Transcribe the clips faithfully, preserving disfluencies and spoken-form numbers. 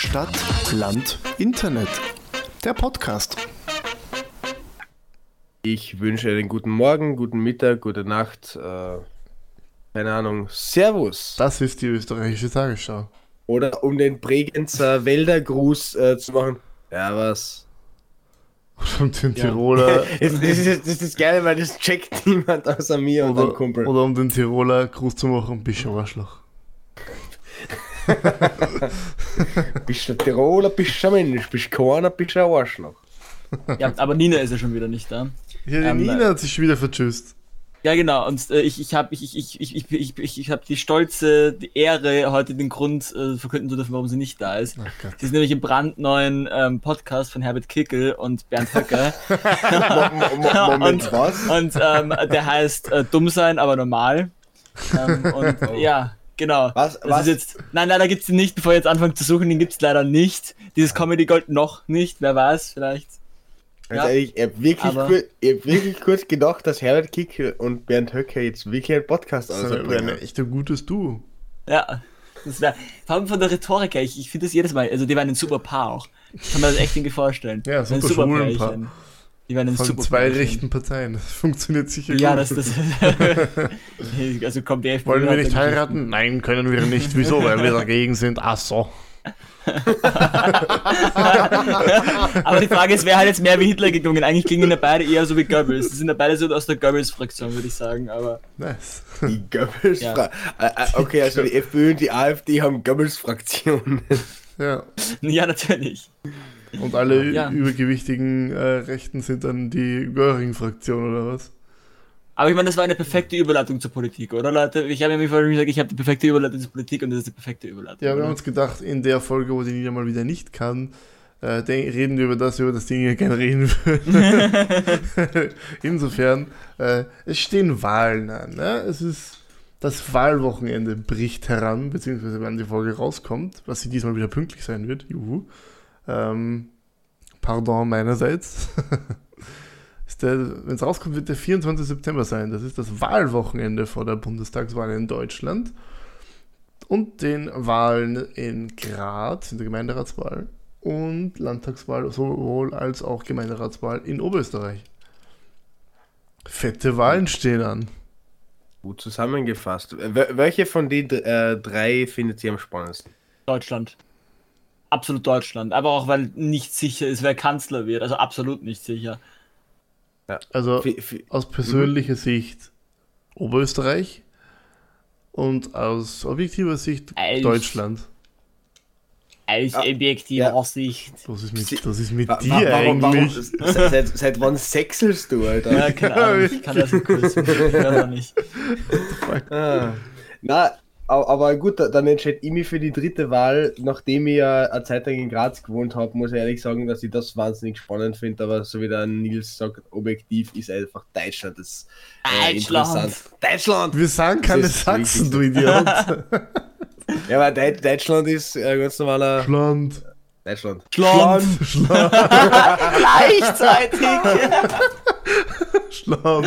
Stadt, Land, Internet. Der Podcast. Ich wünsche einen guten Morgen, guten Mittag, gute Nacht, äh, keine Ahnung, Servus. Das ist die österreichische Tagesschau. Oder um den Bregenzer Wäldergruß äh, zu machen. Ja, was? Und den Tiroler. das, das, ist, das ist geil, weil das checkt niemand außer mir und oder, einem Kumpel. Oder um den Tiroler Gruß zu machen, bist du ein Arschloch. Bist du ein Tiroler, bist du ein Mensch, bist du keiner, bist du ein Arschloch. Ja, aber Nina ist ja schon wieder nicht da. Ja, die Ähm, Nina hat sich schon wieder vertschüsst. Ja, genau. Und äh, ich, ich habe ich, ich, ich, ich, ich, ich, ich hab die stolze die Ehre, heute den Grund äh, verkünden zu dürfen, warum sie nicht da ist. Ach Gott. Sie ist nämlich im brandneuen ähm, Podcast von Herbert Kickl und Bernd Höcker. Moment, und, was? Und ähm, der heißt äh, Dumm sein, aber normal. Ähm, und Oh. ja, genau. Was? Das was? ist jetzt. Nein, leider gibt's den nicht, bevor ich jetzt anfange zu suchen, den gibt's leider nicht. Dieses Comedy Gold noch nicht, wer weiß, vielleicht. Ganz Ja, ehrlich, ich habe wirklich, aber- kur- ich hab wirklich kurz gedacht, dass Herbert Kickl und Bernd Höcker jetzt wirklich einen Podcast Das ist ein ausbringen. echt ein gutes Duo. Ja, das wäre, vor allem von der Rhetorik her, ich, ich finde das jedes Mal, also die wären ein super Paar auch. Ich kann mir das echt irgendwie vorstellen. Ja, Die wären super Pärchen. Schwulenpaar. Die wären ein Von super zwei Pärchen. rechten Parteien. Das funktioniert sicher Ja, gut. das, das also kommt die FPÖ Wollen wir hat nicht da heiraten? Nein, können wir nicht. Wieso? Weil wir dagegen sind. Ach so. Aber die Frage ist, wer hat jetzt mehr wie Hitler geklungen? Eigentlich klingen ja beide eher so wie Goebbels. Die sind ja beide so aus der Goebbels-Fraktion, würde ich sagen, aber... Nice. Die Goebbels Ja. Fra- äh, äh, Okay, also die FPÖ und die AfD haben Goebbels-Fraktionen. Ja. Ja, natürlich. Und alle Ja. übergewichtigen äh, Rechten sind dann die Göring-Fraktion oder was? Aber ich meine, das war eine perfekte Überleitung zur Politik, oder Leute? Ich habe mir vorhin gesagt, ich habe die perfekte Überleitung zur Politik und das ist die perfekte Überleitung. Ja, wir oder? haben uns gedacht, in der Folge, wo die Nina mal wieder nicht kann, äh, denk, reden wir über das, über das die Nina gerne reden würde. Insofern, äh, es stehen Wahlen an. Ne? Es ist das Wahlwochenende bricht heran, beziehungsweise wenn die Folge rauskommt, was sie diesmal wieder pünktlich sein wird. Juhu. Ähm, pardon meinerseits. Wenn es rauskommt, wird der vierundzwanzigster September sein. Das ist das Wahlwochenende vor der Bundestagswahl in Deutschland und den Wahlen in Graz, in der Gemeinderatswahl und Landtagswahl sowohl als auch Gemeinderatswahl in Oberösterreich. Fette Wahlen stehen an. Gut zusammengefasst. Wel- Welche von den äh, drei findet ihr am spannendsten? Deutschland. Absolut Deutschland. Aber auch, weil nicht sicher ist, wer Kanzler wird. Also absolut nicht sicher. Also F- f- aus persönlicher Sicht Oberösterreich und aus objektiver Sicht Echt? Deutschland. Aus Ah, objektiver ja. Sicht. Was ist mit, was ist mit wa- dir wa- warum, warum, eigentlich? seit, seit, seit wann sechselst du, Alter? Ja, keine Ahnung. Ich kann das nicht kurz. Ich kann das nicht. Ah. Na, au- aber gut, da- dann entscheide ich mich für die dritte Wahl. Nachdem ich ja eine Zeit lang in Graz gewohnt habe, muss ich ehrlich sagen, dass ich das wahnsinnig spannend finde. Aber so wie der Nils sagt, objektiv ist einfach Deutschland das äh, Deutschland. interessant. Deutschland! Wir sagen keine Das ist Sachsen, du wichtig. Idiot. Ja, aber Deu- Deutschland ist äh, ganz normaler Schland. Deutschland. Schland. Schland. Gleichzeitig. Schland.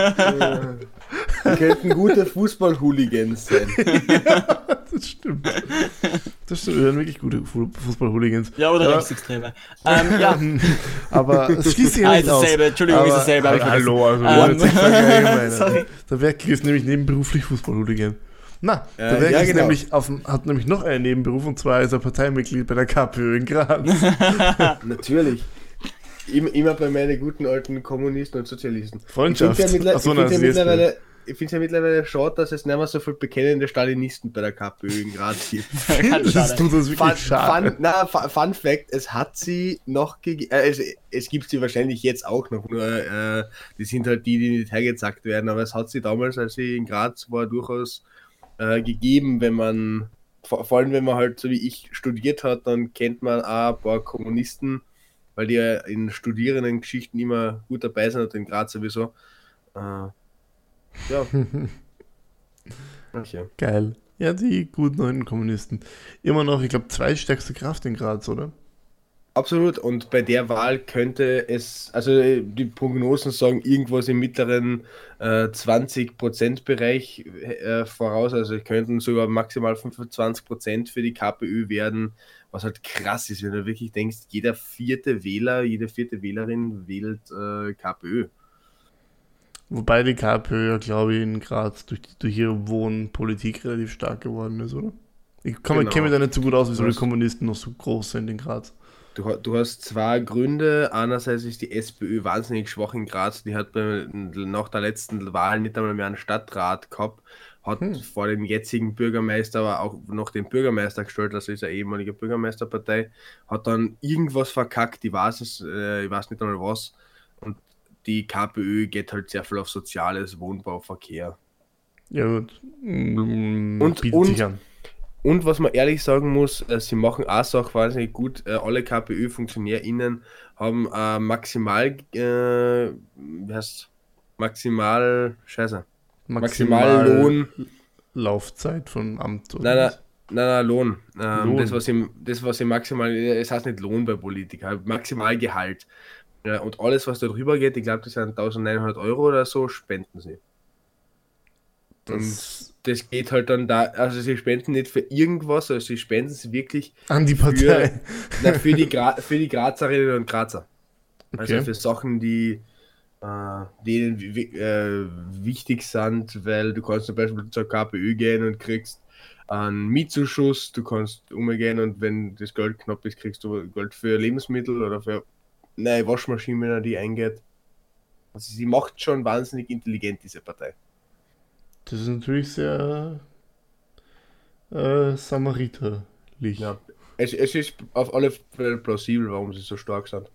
Die könnten gute Fußball-Hooligans sein. Das stimmt. Das stimmt, wir sind wirklich gute Fu- Fußball-Hooligans. Ja, oder Ja. Rechtsextreme. Ähm, ja. Aber es schließt sich ja Ah, nicht ist aus. dasselbe. Entschuldigung, Aber- ist dasselbe. hab ich Hallo, also vergessen. wir wollen jetzt nicht vergleichen, meine. Sorry. Der Werkel ist nämlich nebenberuflich Fußball-Hooligan. Na, der Äh, Werkel ja, ist genau. nämlich auf, dem- hat nämlich noch einen Nebenberuf und zwar ist er Parteimitglied bei der KPÖ in Graz. Natürlich. Immer, immer bei meinen guten alten Kommunisten und Sozialisten. Freundschaft. Ich finde ja, mittler- Ach so, ich nein, find's ja das ist mittlerweile, ich find's ja mittlerweile schade, dass es nicht mehr so viel bekennende Stalinisten bei der KPÖ in Graz gibt. Ganz Findest du schade. das Fun, wirklich schade? fun, na, fun, fun Fact, es hat sie noch gegeben, äh, es, es gibt sie wahrscheinlich jetzt auch noch, nur äh, die sind halt die, die nicht hergezackt werden, aber es hat sie damals, als sie in Graz war, durchaus äh, gegeben, wenn man, vor, vor allem wenn man halt so wie ich studiert hat, dann kennt man auch ein paar Kommunisten, weil die ja in Studierendengeschichten immer gut dabei sind und in Graz sowieso. Äh, ja. Okay. Absolut, und bei der Wahl könnte es, also die Prognosen sagen irgendwas im mittleren äh, zwanzig Prozent Bereich äh, voraus, also könnten sogar maximal fünfundzwanzig Prozent für die KPÖ werden, was halt krass ist, wenn du wirklich denkst, jeder vierte Wähler, jede vierte Wählerin wählt äh, KPÖ. Wobei die KPÖ ja, glaube ich, in Graz durch, durch ihre Wohnpolitik relativ stark geworden ist, oder? Ich kann Genau. kenne mich da nicht so gut aus, wieso die Was? Kommunisten noch so groß sind in Graz. Du, ha- du hast zwei Gründe. Einerseits ist die SPÖ wahnsinnig schwach in Graz. Die hat bei, nach der letzten Wahl nicht einmal mehr einen Stadtrat gehabt. Hat Hm. vor dem jetzigen Bürgermeister aber auch noch den Bürgermeister gestellt, also ist eine ehemalige Bürgermeisterpartei. Hat dann irgendwas verkackt, ich weiß es, äh, ich weiß nicht einmal was. Und die KPÖ geht halt sehr viel auf Soziales, Wohnbau, Verkehr. Ja gut. Mm, Und- bietet und- sich an. Und was man ehrlich sagen muss, äh, sie machen auch Sachen wahnsinnig gut. Äh, alle KPÖ-FunktionärInnen haben äh, maximal, äh, wie heißt maximal, scheiße, Maximallohn, Laufzeit vom Amt. Oder nein, nein, was? nein, nein, Lohn. Ähm, Lohn. Das, was im, das, was im maximal, es heißt nicht Lohn bei Politikern, Maximalgehalt. Ja, und alles, was da drüber geht, ich glaube, das sind neunzehnhundert Euro oder so, spenden sie. Das Und das geht halt dann da, also sie spenden nicht für irgendwas, also sie spenden es wirklich an die Partei. na, für, die Gra für die Grazerinnen und Grazer. Also Okay. für Sachen, die äh, denen wi- äh, wichtig sind, weil du kannst zum Beispiel zur KPÖ gehen und kriegst einen Mietzuschuss, du kannst umgehen und wenn das Geld knapp ist, kriegst du Geld für Lebensmittel oder für neue Waschmaschinen, wenn er die eingeht. Also sie macht schon wahnsinnig intelligent, diese Partei. Das ist natürlich sehr äh, samariterlich. Ja. Es, es ist auf alle Fälle plausibel, warum sie so stark sind.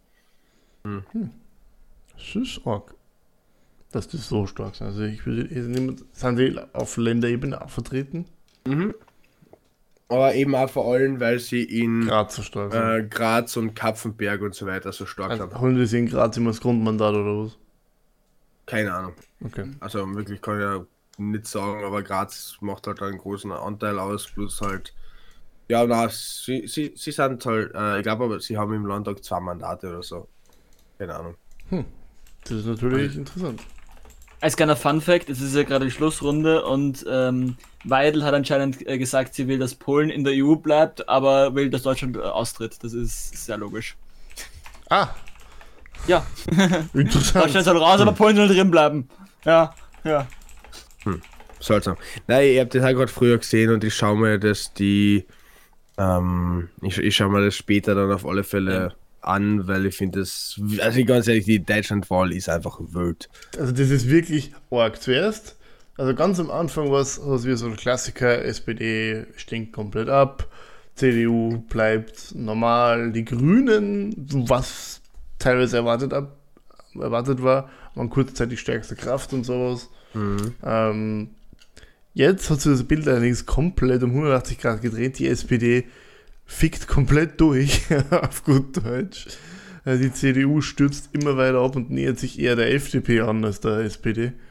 Das ist arg. Dass die so stark sind. Also ich würde jetzt nicht, sind die auf Länderebene auch vertreten? Mhm. Aber eben auch vor allem, weil sie in Graz so stark sind. äh, Graz und Kapfenberg und so weiter so stark Also, sind. holen die sich in Graz immer das Grundmandat oder was? Keine Ahnung. Okay. Also wirklich kann ich ja nicht sagen, aber Graz macht halt einen großen Anteil aus, plus halt. Ja, na, sie, sie, sie sind halt, äh, ich glaube aber, sie haben im Landtag zwei Mandate oder so. Keine Ahnung. Das ist natürlich interessant. Als kleiner Fun-Fact, es ist ja gerade die Schlussrunde und ähm, Weidel hat anscheinend äh, gesagt, sie will, dass Polen in der E U bleibt, aber will, dass Deutschland äh, austritt. Das ist sehr logisch. Ah, Ja, interessant. Deutschland soll raus, aber Polen soll drin bleiben. Ja, ja. Seltsam. Nein, ich habe das auch gerade früher gesehen und ich schaue mir das die. Ähm, ich, ich schaue mir das später dann auf alle Fälle an, weil ich finde das. Also ganz ehrlich, die Deutschlandwahl ist einfach wild. Also das ist wirklich arg. Zuerst, also ganz am Anfang war es wie so ein Klassiker, S P D stinkt komplett ab, C D U bleibt normal, die Grünen, was teilweise erwartet, ab, erwartet war, waren kurzzeitig stärkste Kraft und sowas. Ähm, jetzt hat sich das Bild allerdings komplett um hundertachtzig Grad gedreht, die S P D fickt komplett durch, auf gut Deutsch. Äh, Die C D U stürzt immer weiter ab und nähert sich eher der F D P an als der S P D.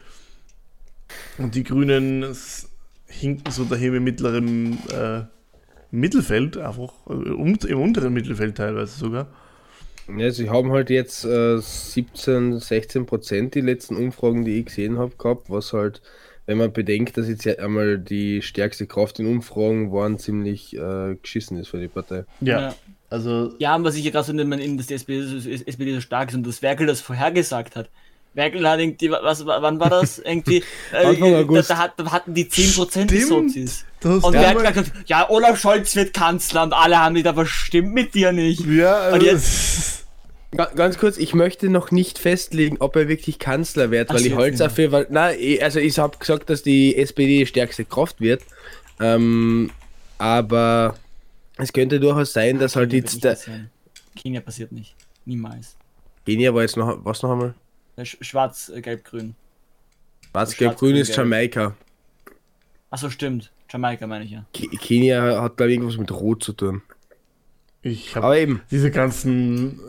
Und die Grünen s- hinken so daheim im mittleren äh, Mittelfeld, einfach äh, um, im unteren Mittelfeld teilweise sogar. Ja, sie haben halt jetzt äh, siebzehn, sechzehn Prozent die letzten Umfragen, die ich gesehen habe, gehabt, was halt, wenn man bedenkt, dass jetzt ja einmal die stärkste Kraft in Umfragen waren, ziemlich äh, geschissen ist für die Partei. Ja, Ja. also Ja, und was ich ja gerade so in, in dass die S P D, so- S P D so stark ist und dass Merkel das vorhergesagt hat. Merkel hat irgendwie, was, wann war das? Irgendwie, Anfang äh, da, August. da, hat, da hatten die zehn Prozent die Stimmt. Sozis. du hast Und ja, Merkel hat gesagt, ja, Olaf Scholz wird Kanzler und alle haben gesagt, was stimmt mit dir nicht? ja, also Und jetzt, Ga- Ganz kurz, ich möchte noch nicht festlegen, ob er wirklich Kanzler wird, Ach, weil ich jetzt halte nicht. dafür, weil, nein, ich- also ich habe gesagt, dass die S P D die stärkste Kraft wird, ähm, aber es könnte durchaus sein, dass halt Kenia wird jetzt nicht der, passieren. Kenia passiert nicht. Niemals. Kenia war jetzt noch, was noch einmal? Äh, Sch- Schwarz, äh, Gelb, Grün. Schwarz-Gelb-Grün ist Schwarz-Grün-Gelb. Jamaika. Achso, stimmt. Jamaika meine ich ja. Ke- Kenia hat, glaube ich, irgendwas mit Rot zu tun. ich habe Aber eben, diese ganzen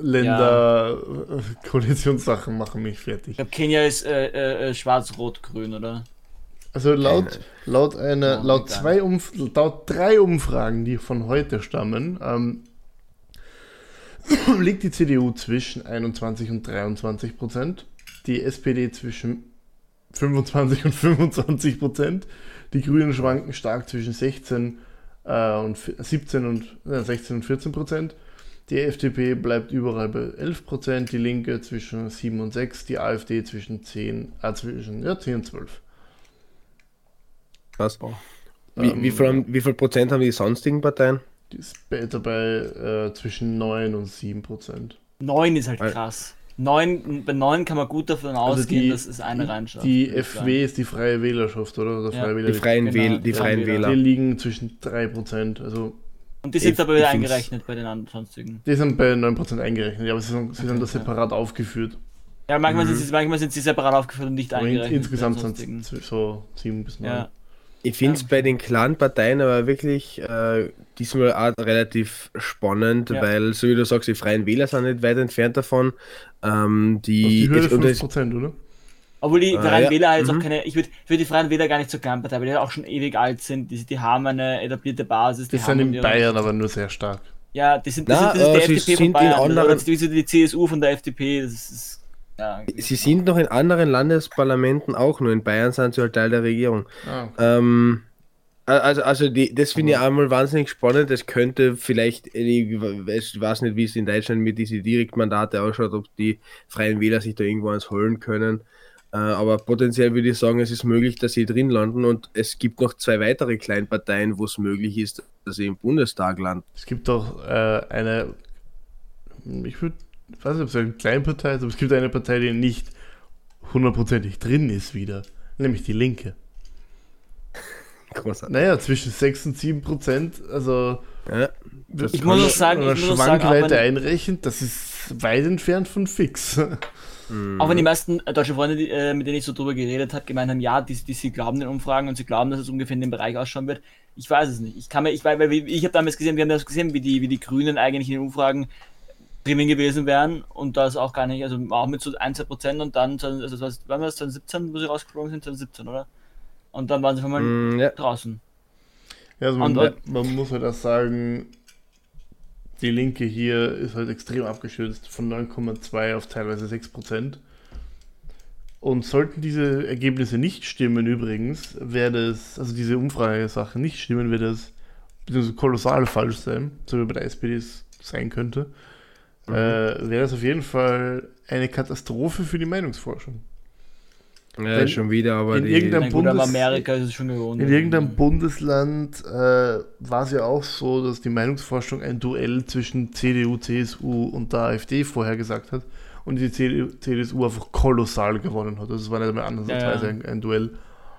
Länder-Koalitionssachen machen mich Ich fertig. glaube, Kenia ist äh, äh, äh, Schwarz-Rot-Grün, oder? Also laut, laut einer, Oh, laut egal. zwei Umf laut drei Umfragen, die von heute stammen, ähm, liegt die C D U zwischen einundzwanzig und dreiundzwanzig Prozent, die S P D zwischen fünfundzwanzig und fünfundzwanzig Prozent, die Grünen schwanken stark zwischen sechzehn äh, und siebzehn und äh, sechzehn und vierzehn Prozent, die F D P bleibt überall bei elf Prozent, die Linke zwischen sieben und sechs, die AfD zwischen zehn, äh, zwischen ja, zehn und zwölf. Was? Wie, Ähm, wie, viel, haben- wie viel Prozent haben die sonstigen Parteien? Die ist bei- dabei äh, zwischen neun und sieben Prozent. neun ist halt Weil- krass. neun, bei neun kann man gut davon Also ausgehen, die- dass es eine reinschafft. Die würde ich F sagen. W ist die Freie Wählerschaft, oder? oder Ja. Freie Die Wähler Freien, Genau, Wähl, die die Freien Wähler. Wähler. Die liegen zwischen drei Prozent. Also Und die sind ich- aber wieder ich find's- eingerechnet bei den anderen sonstigen. die sind bei neun Prozent eingerechnet, ja, aber sie sind, sie sind Okay, da ja. separat aufgeführt. Ja, manchmal, Mhm. sind sie, manchmal sind sie separat aufgeführt und nicht Aber in, eingerechnet. insgesamt bei den sind sonstigen. es so sieben bis neun. Ja. Ich finde es Ja. bei den kleinen Parteien aber wirklich äh, diesmal auch relativ spannend, Ja. weil, so wie du sagst, die Freien Wähler sind nicht weit entfernt davon. Ähm, Die, die, die Hürde es- und fünf es- Prozent, oder? Obwohl die Ah, Freien ja. Wähler halt jetzt Mhm. auch keine, ich würde für die Freien Wähler gar nicht zur Kleinpartei, weil die halt auch schon ewig alt sind, die, die haben eine etablierte Basis. Die Die haben sind in ihre- Bayern aber nur sehr stark. Ja, die sind, das Na, sind, das ist äh, die sie F D P von sind in Bayern, oder anderen- das ist die C S U von der F D P, das ist, ja. sie sind noch in anderen Landesparlamenten auch, nur in Bayern sind sie halt Teil der Regierung. Ah, okay. Ähm, also, also die, das finde ich einmal wahnsinnig spannend. Das könnte vielleicht, ich weiß nicht, wie es in Deutschland mit diesen Direktmandate ausschaut, ob die Freien Wähler sich da irgendwo eins holen können. Äh, aber potenziell würde ich sagen, es ist möglich, dass sie drin landen, und es gibt noch zwei weitere Kleinparteien, wo es möglich ist, dass sie im Bundestag landen. Es gibt auch äh, eine, ich würde, ich weiß nicht, ob es eine Kleinpartei ist, aber es gibt eine Partei, die nicht hundertprozentig drin ist wieder, nämlich die Linke. Großartig. Naja, zwischen sechs und sieben Prozent, also Ja, das Ich muss auch sagen, eine ich muss auch sagen, auch Schwankweite wenn- einrechnet, das ist weit entfernt von fix. Auch wenn die meisten äh, deutsche Freunde, die, äh, mit denen ich so drüber geredet habe, gemeint haben, ja, die, die, sie glauben den Umfragen und sie glauben, dass es ungefähr in dem Bereich ausschauen wird. Ich weiß es nicht. Ich kann mir, ich, weil, weil ich habe damals gesehen, wir haben das gesehen, wie die, wie die Grünen eigentlich in den Umfragen drinnen gewesen wären, und das auch gar nicht, also auch mit so ein, zwei Prozent, und dann, also was, wann war das, zwanzig siebzehn, wo sie rausgeflogen sind, zwanzig siebzehn, oder? Und dann waren sie auf einmal Mm, ja. draußen. Ja, also man, Und- man muss halt auch sagen, die Linke hier ist halt extrem abgestürzt, von neun Komma zwei auf teilweise sechs Prozent. Und sollten diese Ergebnisse nicht stimmen übrigens, wäre das, also diese Umfragesache nicht stimmen, wäre das beziehungsweise kolossal falsch sein, so wie bei der S P D es sein könnte, Mhm. äh, wäre das auf jeden Fall eine Katastrophe für die Meinungsforschung. ja Wenn schon wieder, aber in die, irgendeinem- Na gut, aber Bundes- Amerika ist es schon gewohnt. In irgendeinem Bundesland äh, war es ja auch so, dass die Meinungsforschung ein Duell zwischen C D U, C S U und der AfD vorhergesagt hat und die C D U, C S U einfach kolossal gewonnen hat. Also es war nicht mehr andersweise Ja, ja. ein, ein Duell.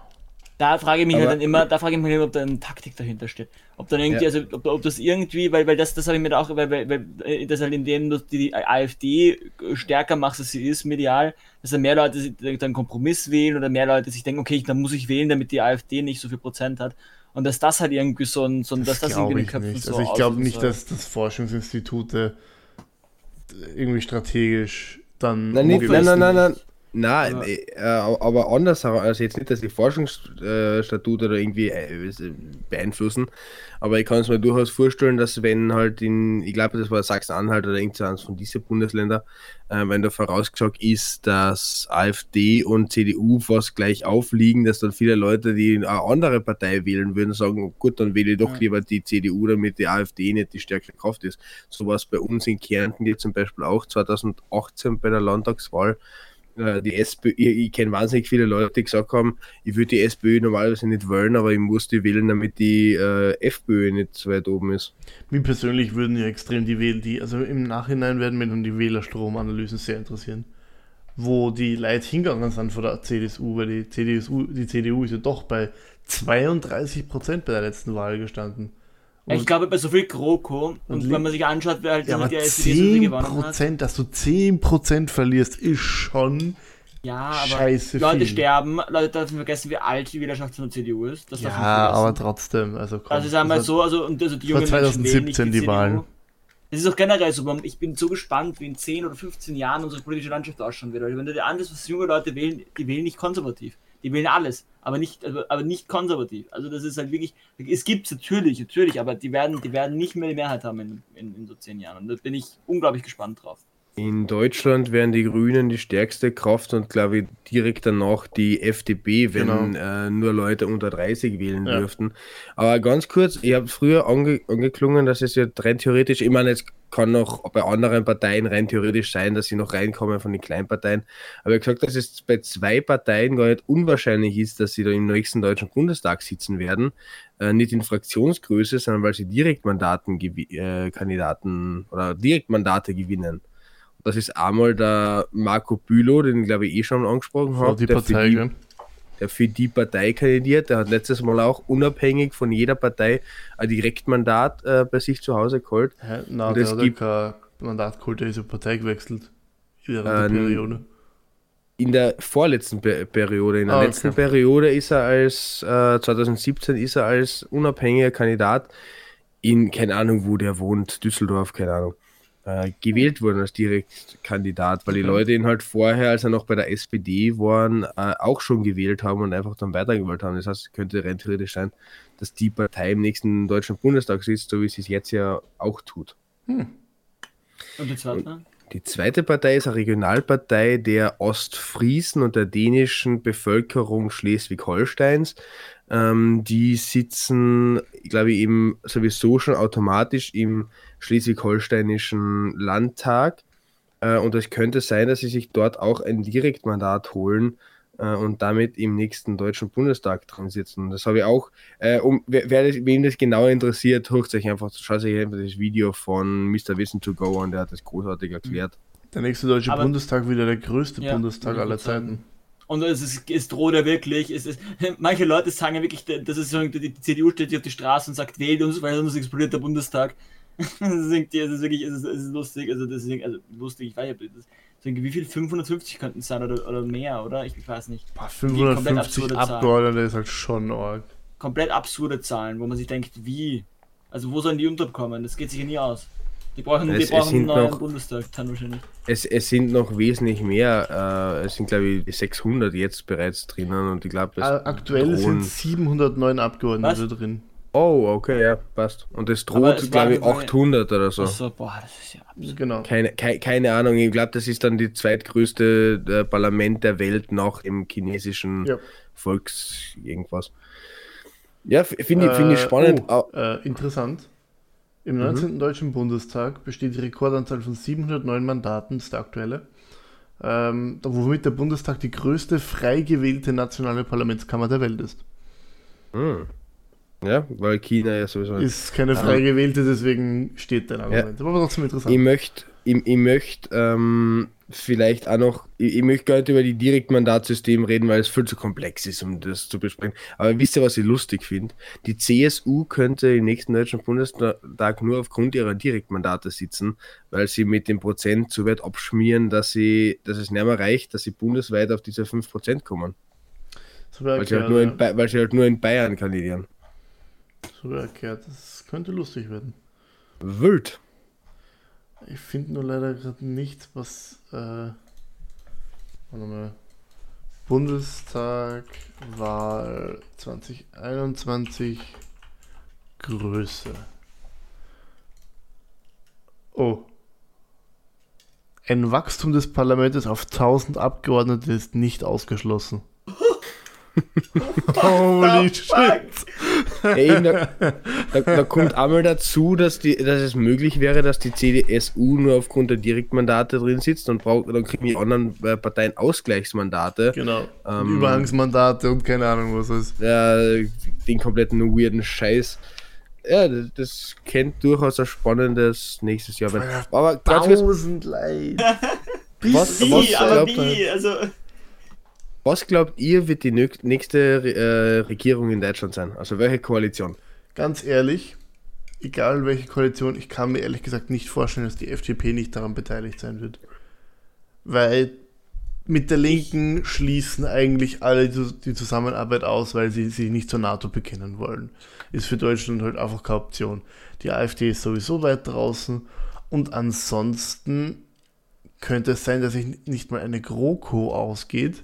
Da frage ich mich Aber- halt dann immer, da frage ich mich immer, ob da eine Taktik dahinter steht. Ob dann irgendwie, Ja. also ob, ob das irgendwie, weil, weil das, das habe ich mir da auch, weil, weil, weil äh, das halt, indem du die AfD stärker machst, als sie ist, medial, dass dann mehr Leute sich dann einen Kompromiss wählen oder mehr Leute sich denken, okay, ich, dann muss ich wählen, damit die AfD nicht so viel Prozent hat. Und dass das halt irgendwie so ein, so ein dass das glaube irgendwie in den ich Köpfen nicht. so Also ich glaube auslösen nicht, soll. dass, dass Forschungsinstitute irgendwie strategisch dann Nein, nicht, umgesetzt nein, nein, nein, werden. nein. Nein, Aber- äh, aber anders, also jetzt nicht, dass die Forschungsstatute oder irgendwie äh, beeinflussen, aber ich kann es mir durchaus vorstellen, dass wenn halt in, ich glaube, das war Sachsen-Anhalt oder irgendeins von diesen Bundesländern, äh, wenn da vorausgesagt ist, dass AfD und C D U fast gleich aufliegen, dass dann viele Leute, die eine andere Partei wählen würden, sagen, gut, dann wähle ich doch Ja. lieber die C D U, damit die AfD nicht die stärkste Kraft ist. So war es bei uns in Kärnten jetzt zum Beispiel auch zwanzig achtzehn bei der Landtagswahl. Äh, Die SPÖ, ich, ich kenne wahnsinnig viele Leute, die gesagt haben, ich würde die SPÖ normalerweise nicht wählen, aber ich muss die wählen, damit die äh, FPÖ nicht so weit oben ist. Mir persönlich würden ja extrem die Wähler, die, also im Nachhinein werden mich dann die Wählerstromanalysen sehr interessieren. Wo die Leute hingegangen sind von der C D U, weil die C D U, die C D U ist ja doch bei zweiunddreißig Prozent bei der letzten Wahl gestanden. Ja, ich glaube, bei so viel GroKo, und, Und wenn man sich anschaut, wer halt ja, aber die S P D so viel zehn gewonnen hat. Prozent, dass du zehn Prozent verlierst, ist schon Ja, aber scheiße Leute viel. sterben, Leute dürfen vergessen, wie alt die Wählerschaft von der C D U ist. Das darf man Ja, nicht vergessen. aber trotzdem, also komm. Also sagen wir das hat- so, also, und also die das war jungen Menschen wählen nicht zweitausendsiebzehn die C D U. Wahlen. Das ist auch generell so, man- ich bin so gespannt, wie in zehn oder fünfzehn Jahren unsere politische Landschaft ausschauen wird. Weil wenn du dir anschaust, was junge Leute wählen, die wählen nicht konservativ. Die wählen alles, aber nicht, also, aber nicht konservativ. Also das ist halt wirklich, es gibt es natürlich, natürlich, aber die werden, die werden nicht mehr die Mehrheit haben in, in, in so zehn Jahren. Und da bin ich unglaublich gespannt drauf. In Deutschland wären die Grünen die stärkste Kraft und glaube ich direkt danach die F D P, wenn Genau. äh, nur Leute unter dreißig wählen Ja. dürften. Aber ganz kurz, ich habe früher ange angeklungen, dass es ja rein theoretisch, ich meine, es kann noch bei anderen Parteien rein theoretisch sein, dass sie noch reinkommen von den Kleinparteien. Aber ich habe gesagt, dass es bei zwei Parteien gar nicht unwahrscheinlich ist, dass sie da im nächsten Deutschen Bundestag sitzen werden. Äh, nicht in Fraktionsgröße, sondern weil sie Direktmandaten äh, Kandidaten oder Direktmandate gewinnen. Das ist einmal der Marco Bülow, den glaube ich eh schon angesprochen Vor habe, die der, Partei, für die, gell? der für die Partei kandidiert. Der hat letztes Mal auch unabhängig von jeder Partei ein Direktmandat äh, bei sich zu Hause geholt. Hä? Nein, Und der es hat gibt- ja kein Mandat geholt, der ist auf Partei gewechselt. Während Ähm, der Periode. In der vorletzten Pe Periode, in der Ah, okay. letzten Periode ist er als, äh, zwanzig siebzehn ist er als unabhängiger Kandidat in, keine Ahnung wo der wohnt, Düsseldorf, keine Ahnung, äh, gewählt worden als Direktkandidat, weil die Okay. Leute ihn halt vorher, als er noch bei der S P D waren, äh, auch schon gewählt haben und einfach dann weitergewählt haben. Das heißt, es könnte rein theoretisch sein, dass die Partei im nächsten Deutschen Bundestag sitzt, so wie sie es jetzt ja auch tut. Und die zweite? Die zweite Partei ist eine Regionalpartei der Ostfriesen und der dänischen Bevölkerung Schleswig-Holsteins. Ähm, die sitzen, glaube ich, eben sowieso schon automatisch im schleswig-holsteinischen Landtag. Äh, und es könnte sein, dass sie sich dort auch ein Direktmandat holen äh, und damit im nächsten Deutschen Bundestag drin sitzen. Das habe ich auch, äh, um, wer, wer das, wem das genauer interessiert, hört sich einfach, schaut sich einfach das Video von Mister Wissen to Go an, der hat das großartig erklärt. Der nächste Deutsche Aber- Bundestag wieder der größte Ja, Bundestag würde ich aller auch sagen. Zeiten. Und es, ist, es droht ja wirklich, es ist, manche Leute sagen ja wirklich, das ist so, die C D U steht hier auf die Straße und sagt, wählt uns, weil sonst explodiert der Bundestag. Das ist, irgendwie- es ist wirklich, es ist, es ist lustig, also deswegen, also lustig, ich weiß nicht, das, deswegen, wie viel, fünfhundertfünfzig könnten es sein oder, oder mehr, oder? Ich weiß nicht. Boah, komplett fünfhundertfünfzig absurde Zahl. Abgeordnete ist halt schon arg. Komplett absurde Zahlen, wo man sich denkt, wie? Also wo sollen die unterkommen? Das geht sich ja nie aus. Die brauchen, die Es- es brauchen einen sind neuen noch- Bundestag, dann wahrscheinlich. Es, es sind noch wesentlich mehr, äh, es sind glaube ich sechshundert jetzt bereits drinnen und ich glaube, es A- Aktuell drohen- sind siebenhundertneun Abgeordnete Was? drin. Oh, okay, ja, passt. Und es Aber droht, es glaube ich, war- achthundert oder so. Achso, boah, das ist ja absurd. Genau. Keine, keine, keine Ahnung, ich glaube, das ist dann die zweitgrößte äh, Parlament der Welt nach dem chinesischen Ja. Volks irgendwas. Ja, f- finde ich, find ich Äh, spannend. Oh, Au- äh, interessant. Im Mhm. neunzehnten Deutschen Bundestag besteht die Rekordanzahl von siebenhundertneun Mandaten, das ist der aktuelle, ähm, womit der Bundestag die größte frei gewählte nationale Parlamentskammer der Welt ist. Hm. Ja, weil China ja sowieso. Ist keine frei gewählte, deswegen steht dein Argument. Aber trotzdem interessant. Ich möchte ich, ich möcht, ähm, vielleicht auch noch, ich, ich möchte gar nicht über die Direktmandatssystem reden, weil es viel zu komplex ist, um das zu besprechen. Aber wisst ihr, was ich lustig finde? Die C S U könnte im nächsten Deutschen Bundestag nur aufgrund ihrer Direktmandate sitzen, weil sie mit dem Prozent so weit abschmieren, dass, sie, dass es nicht mehr reicht, dass sie bundesweit auf diese fünf Prozent kommen. So wäre Weil sie, halt erklärt, nur in, ja. Ba- weil sie halt nur in Bayern kandidieren. So wäre erklärt. Das könnte lustig werden. Wild. Ich finde nur leider gerade nicht, was. Äh, warte mal. Bundestag, Wahl zwanzig einundzwanzig, Größe. Oh. Ein Wachstum des Parlaments auf tausend Abgeordnete ist nicht ausgeschlossen. Holy shit! Ey, da, da, da kommt einmal dazu, dass, die, dass es möglich wäre, dass die C D S U nur aufgrund der Direktmandate drin sitzt und braucht, dann kriegen die anderen äh, Parteien Ausgleichsmandate. Genau. Und Ähm, Überhangsmandate und keine Ahnung was ist. Ja, den kompletten weirden Scheiß. Ja, das, das kennt durchaus ein spannendes nächstes Jahr. werden. Aber ganz kurz, Tausend Leid. was, Wie, was, aber glaubt, wie? Also, was glaubt ihr, wird die nö- nächste äh, Regierung in Deutschland sein? Also welche Koalition? Ganz ehrlich, egal welche Koalition, ich kann mir ehrlich gesagt nicht vorstellen, dass die F D P nicht daran beteiligt sein wird. Weil mit der Linken schließen eigentlich alle die die Zusammenarbeit aus, weil sie sich nicht zur NATO bekennen wollen. Ist für Deutschland halt einfach keine Option. Die AfD ist sowieso weit draußen und ansonsten könnte es sein, dass sich nicht mal eine GroKo ausgeht,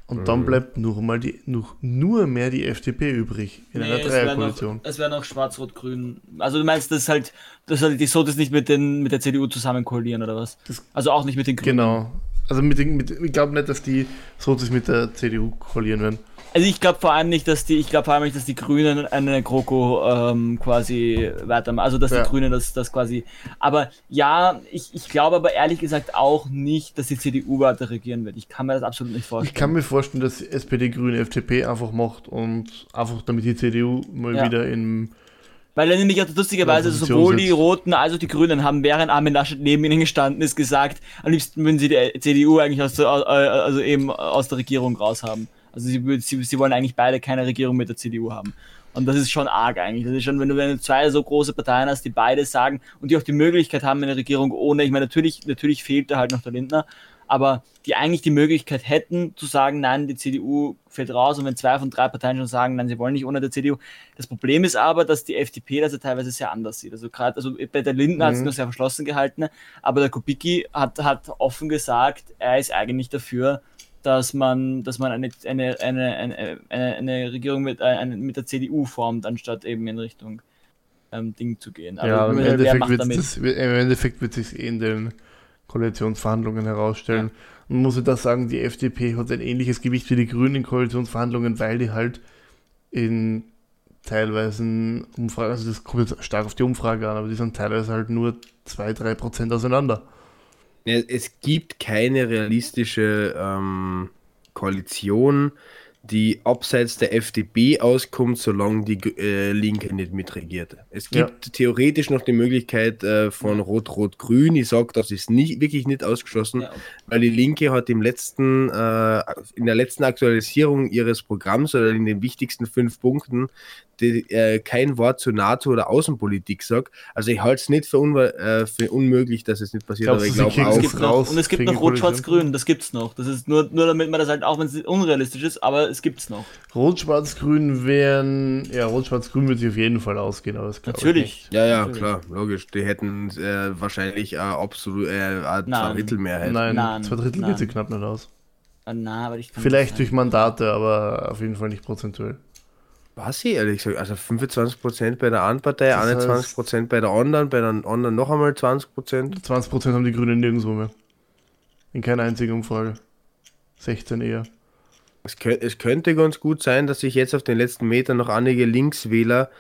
Und dann bleibt nur, mal die, nur, nur mehr die F D P übrig in Nee, einer es wäre Dreierkoalition. noch, es wär noch Schwarz-Rot-Grün. Also du meinst, dass halt, dass halt die Sotis nicht mit, den, mit der C D U zusammen koalieren oder was? Das- Also auch nicht mit den Grünen. Genau. Also mit, den, mit ich glaube nicht, dass die Sozis mit der C D U koalieren werden. Also ich glaube vor allem nicht, dass die, ich glaube vor allem nicht, dass die Grünen eine GroKo ähm, quasi weitermachen. Also dass Ja. die Grünen das, das quasi. Aber ja, ich, ich glaube aber ehrlich gesagt auch nicht, dass die C D U weiter regieren wird. Ich kann mir das absolut nicht vorstellen. Ich kann mir vorstellen, dass S P D, Grüne, F D P einfach macht und einfach damit die C D U mal Ja. wieder in. Weil er nämlich auch lustigerweise Ja, Position sowohl die sitzt. Roten als auch die Grünen haben, während Armin Laschet neben ihnen gestanden ist, gesagt, am liebsten würden sie die C D U eigentlich aus der, äh, also eben aus der Regierung raus haben. Also sie, würden- sie, sie wollen eigentlich beide keine Regierung mit der C D U haben. Und das ist schon arg eigentlich. Das ist schon, wenn du, wenn du zwei so große Parteien hast, die beide sagen und die auch die Möglichkeit haben, eine Regierung ohne, ich meine, natürlich, natürlich fehlt da halt noch der Lindner, aber die eigentlich die Möglichkeit hätten, zu sagen, nein, die C D U fällt raus, und wenn zwei von drei Parteien schon sagen, nein, sie wollen nicht ohne der C D U. Das Problem ist aber, dass die F D P das ja teilweise sehr anders sieht. Also gerade, also bei der Lindner hat es Mhm. noch sehr verschlossen gehalten, aber der Kubicki hat, hat offen gesagt, er ist eigentlich dafür, dass man, dass man eine, eine, eine, eine, eine, eine Regierung mit, äh, eine, mit der C D U formt, anstatt eben in Richtung ähm, Ding zu gehen. Ja, aber im wer Endeffekt, macht wird damit? das, im Endeffekt wird sich eh in den Koalitionsverhandlungen herausstellen. Man muss ja da sagen, die F D P hat ein ähnliches Gewicht wie die Grünen in Koalitionsverhandlungen, weil die halt in teilweise Umfragen, also das kommt jetzt stark auf die Umfrage an, aber die sind teilweise halt nur zwei bis drei Prozent auseinander. Ja, es gibt keine realistische ähm, Koalition, die abseits der F D P auskommt, solange die äh, Linke nicht mitregiert. Es gibt Ja. theoretisch noch die Möglichkeit äh, von Rot-Rot-Grün. Ich sage, das ist nicht, wirklich nicht ausgeschlossen, Ja. weil die Linke hat im letzten, äh, in der letzten Aktualisierung ihres Programms oder in den wichtigsten fünf Punkten die, äh, kein Wort zu NATO oder Außenpolitik sagt. Also ich halte es nicht für, unwa- äh, für unmöglich, dass es nicht passiert, Glaubst aber ich du, sie glaube kriegen Es auch, das gibt noch, raus und es gibt gegen noch die Koalition? Rot-Schwarz-Grün, das gibt's noch. Das ist nur, nur damit man das halt, auch wenn es unrealistisch ist, aber es gibt's noch. Rot-Schwarz-Grün wären, ja, Rot-Schwarz-Grün wird sich auf jeden Fall ausgehen, aber das glaube ich Natürlich. nicht. ja, ja, Natürlich. klar, logisch. Die hätten äh, wahrscheinlich äh, absolut äh, eine Nein. Zwei-Drittel-Mehrheit. Nein, Nein, zwei Drittel nein. geht sie knapp nicht aus. Ah, na, aber ich kann Vielleicht nicht durch sagen. Mandate, aber auf jeden Fall nicht prozentuell. Was ich ehrlich gesagt, also fünfundzwanzig Prozent bei der einen Partei, Das heißt- einundzwanzig Prozent bei der anderen, bei der anderen noch einmal zwanzig Prozent. zwanzig Prozent haben die Grünen nirgendwo mehr. In keiner einzigen Umfrage. sechzehn eher. Es, kö- es könnte ganz gut sein, dass sich jetzt auf den letzten Metern noch einige Linkswähler,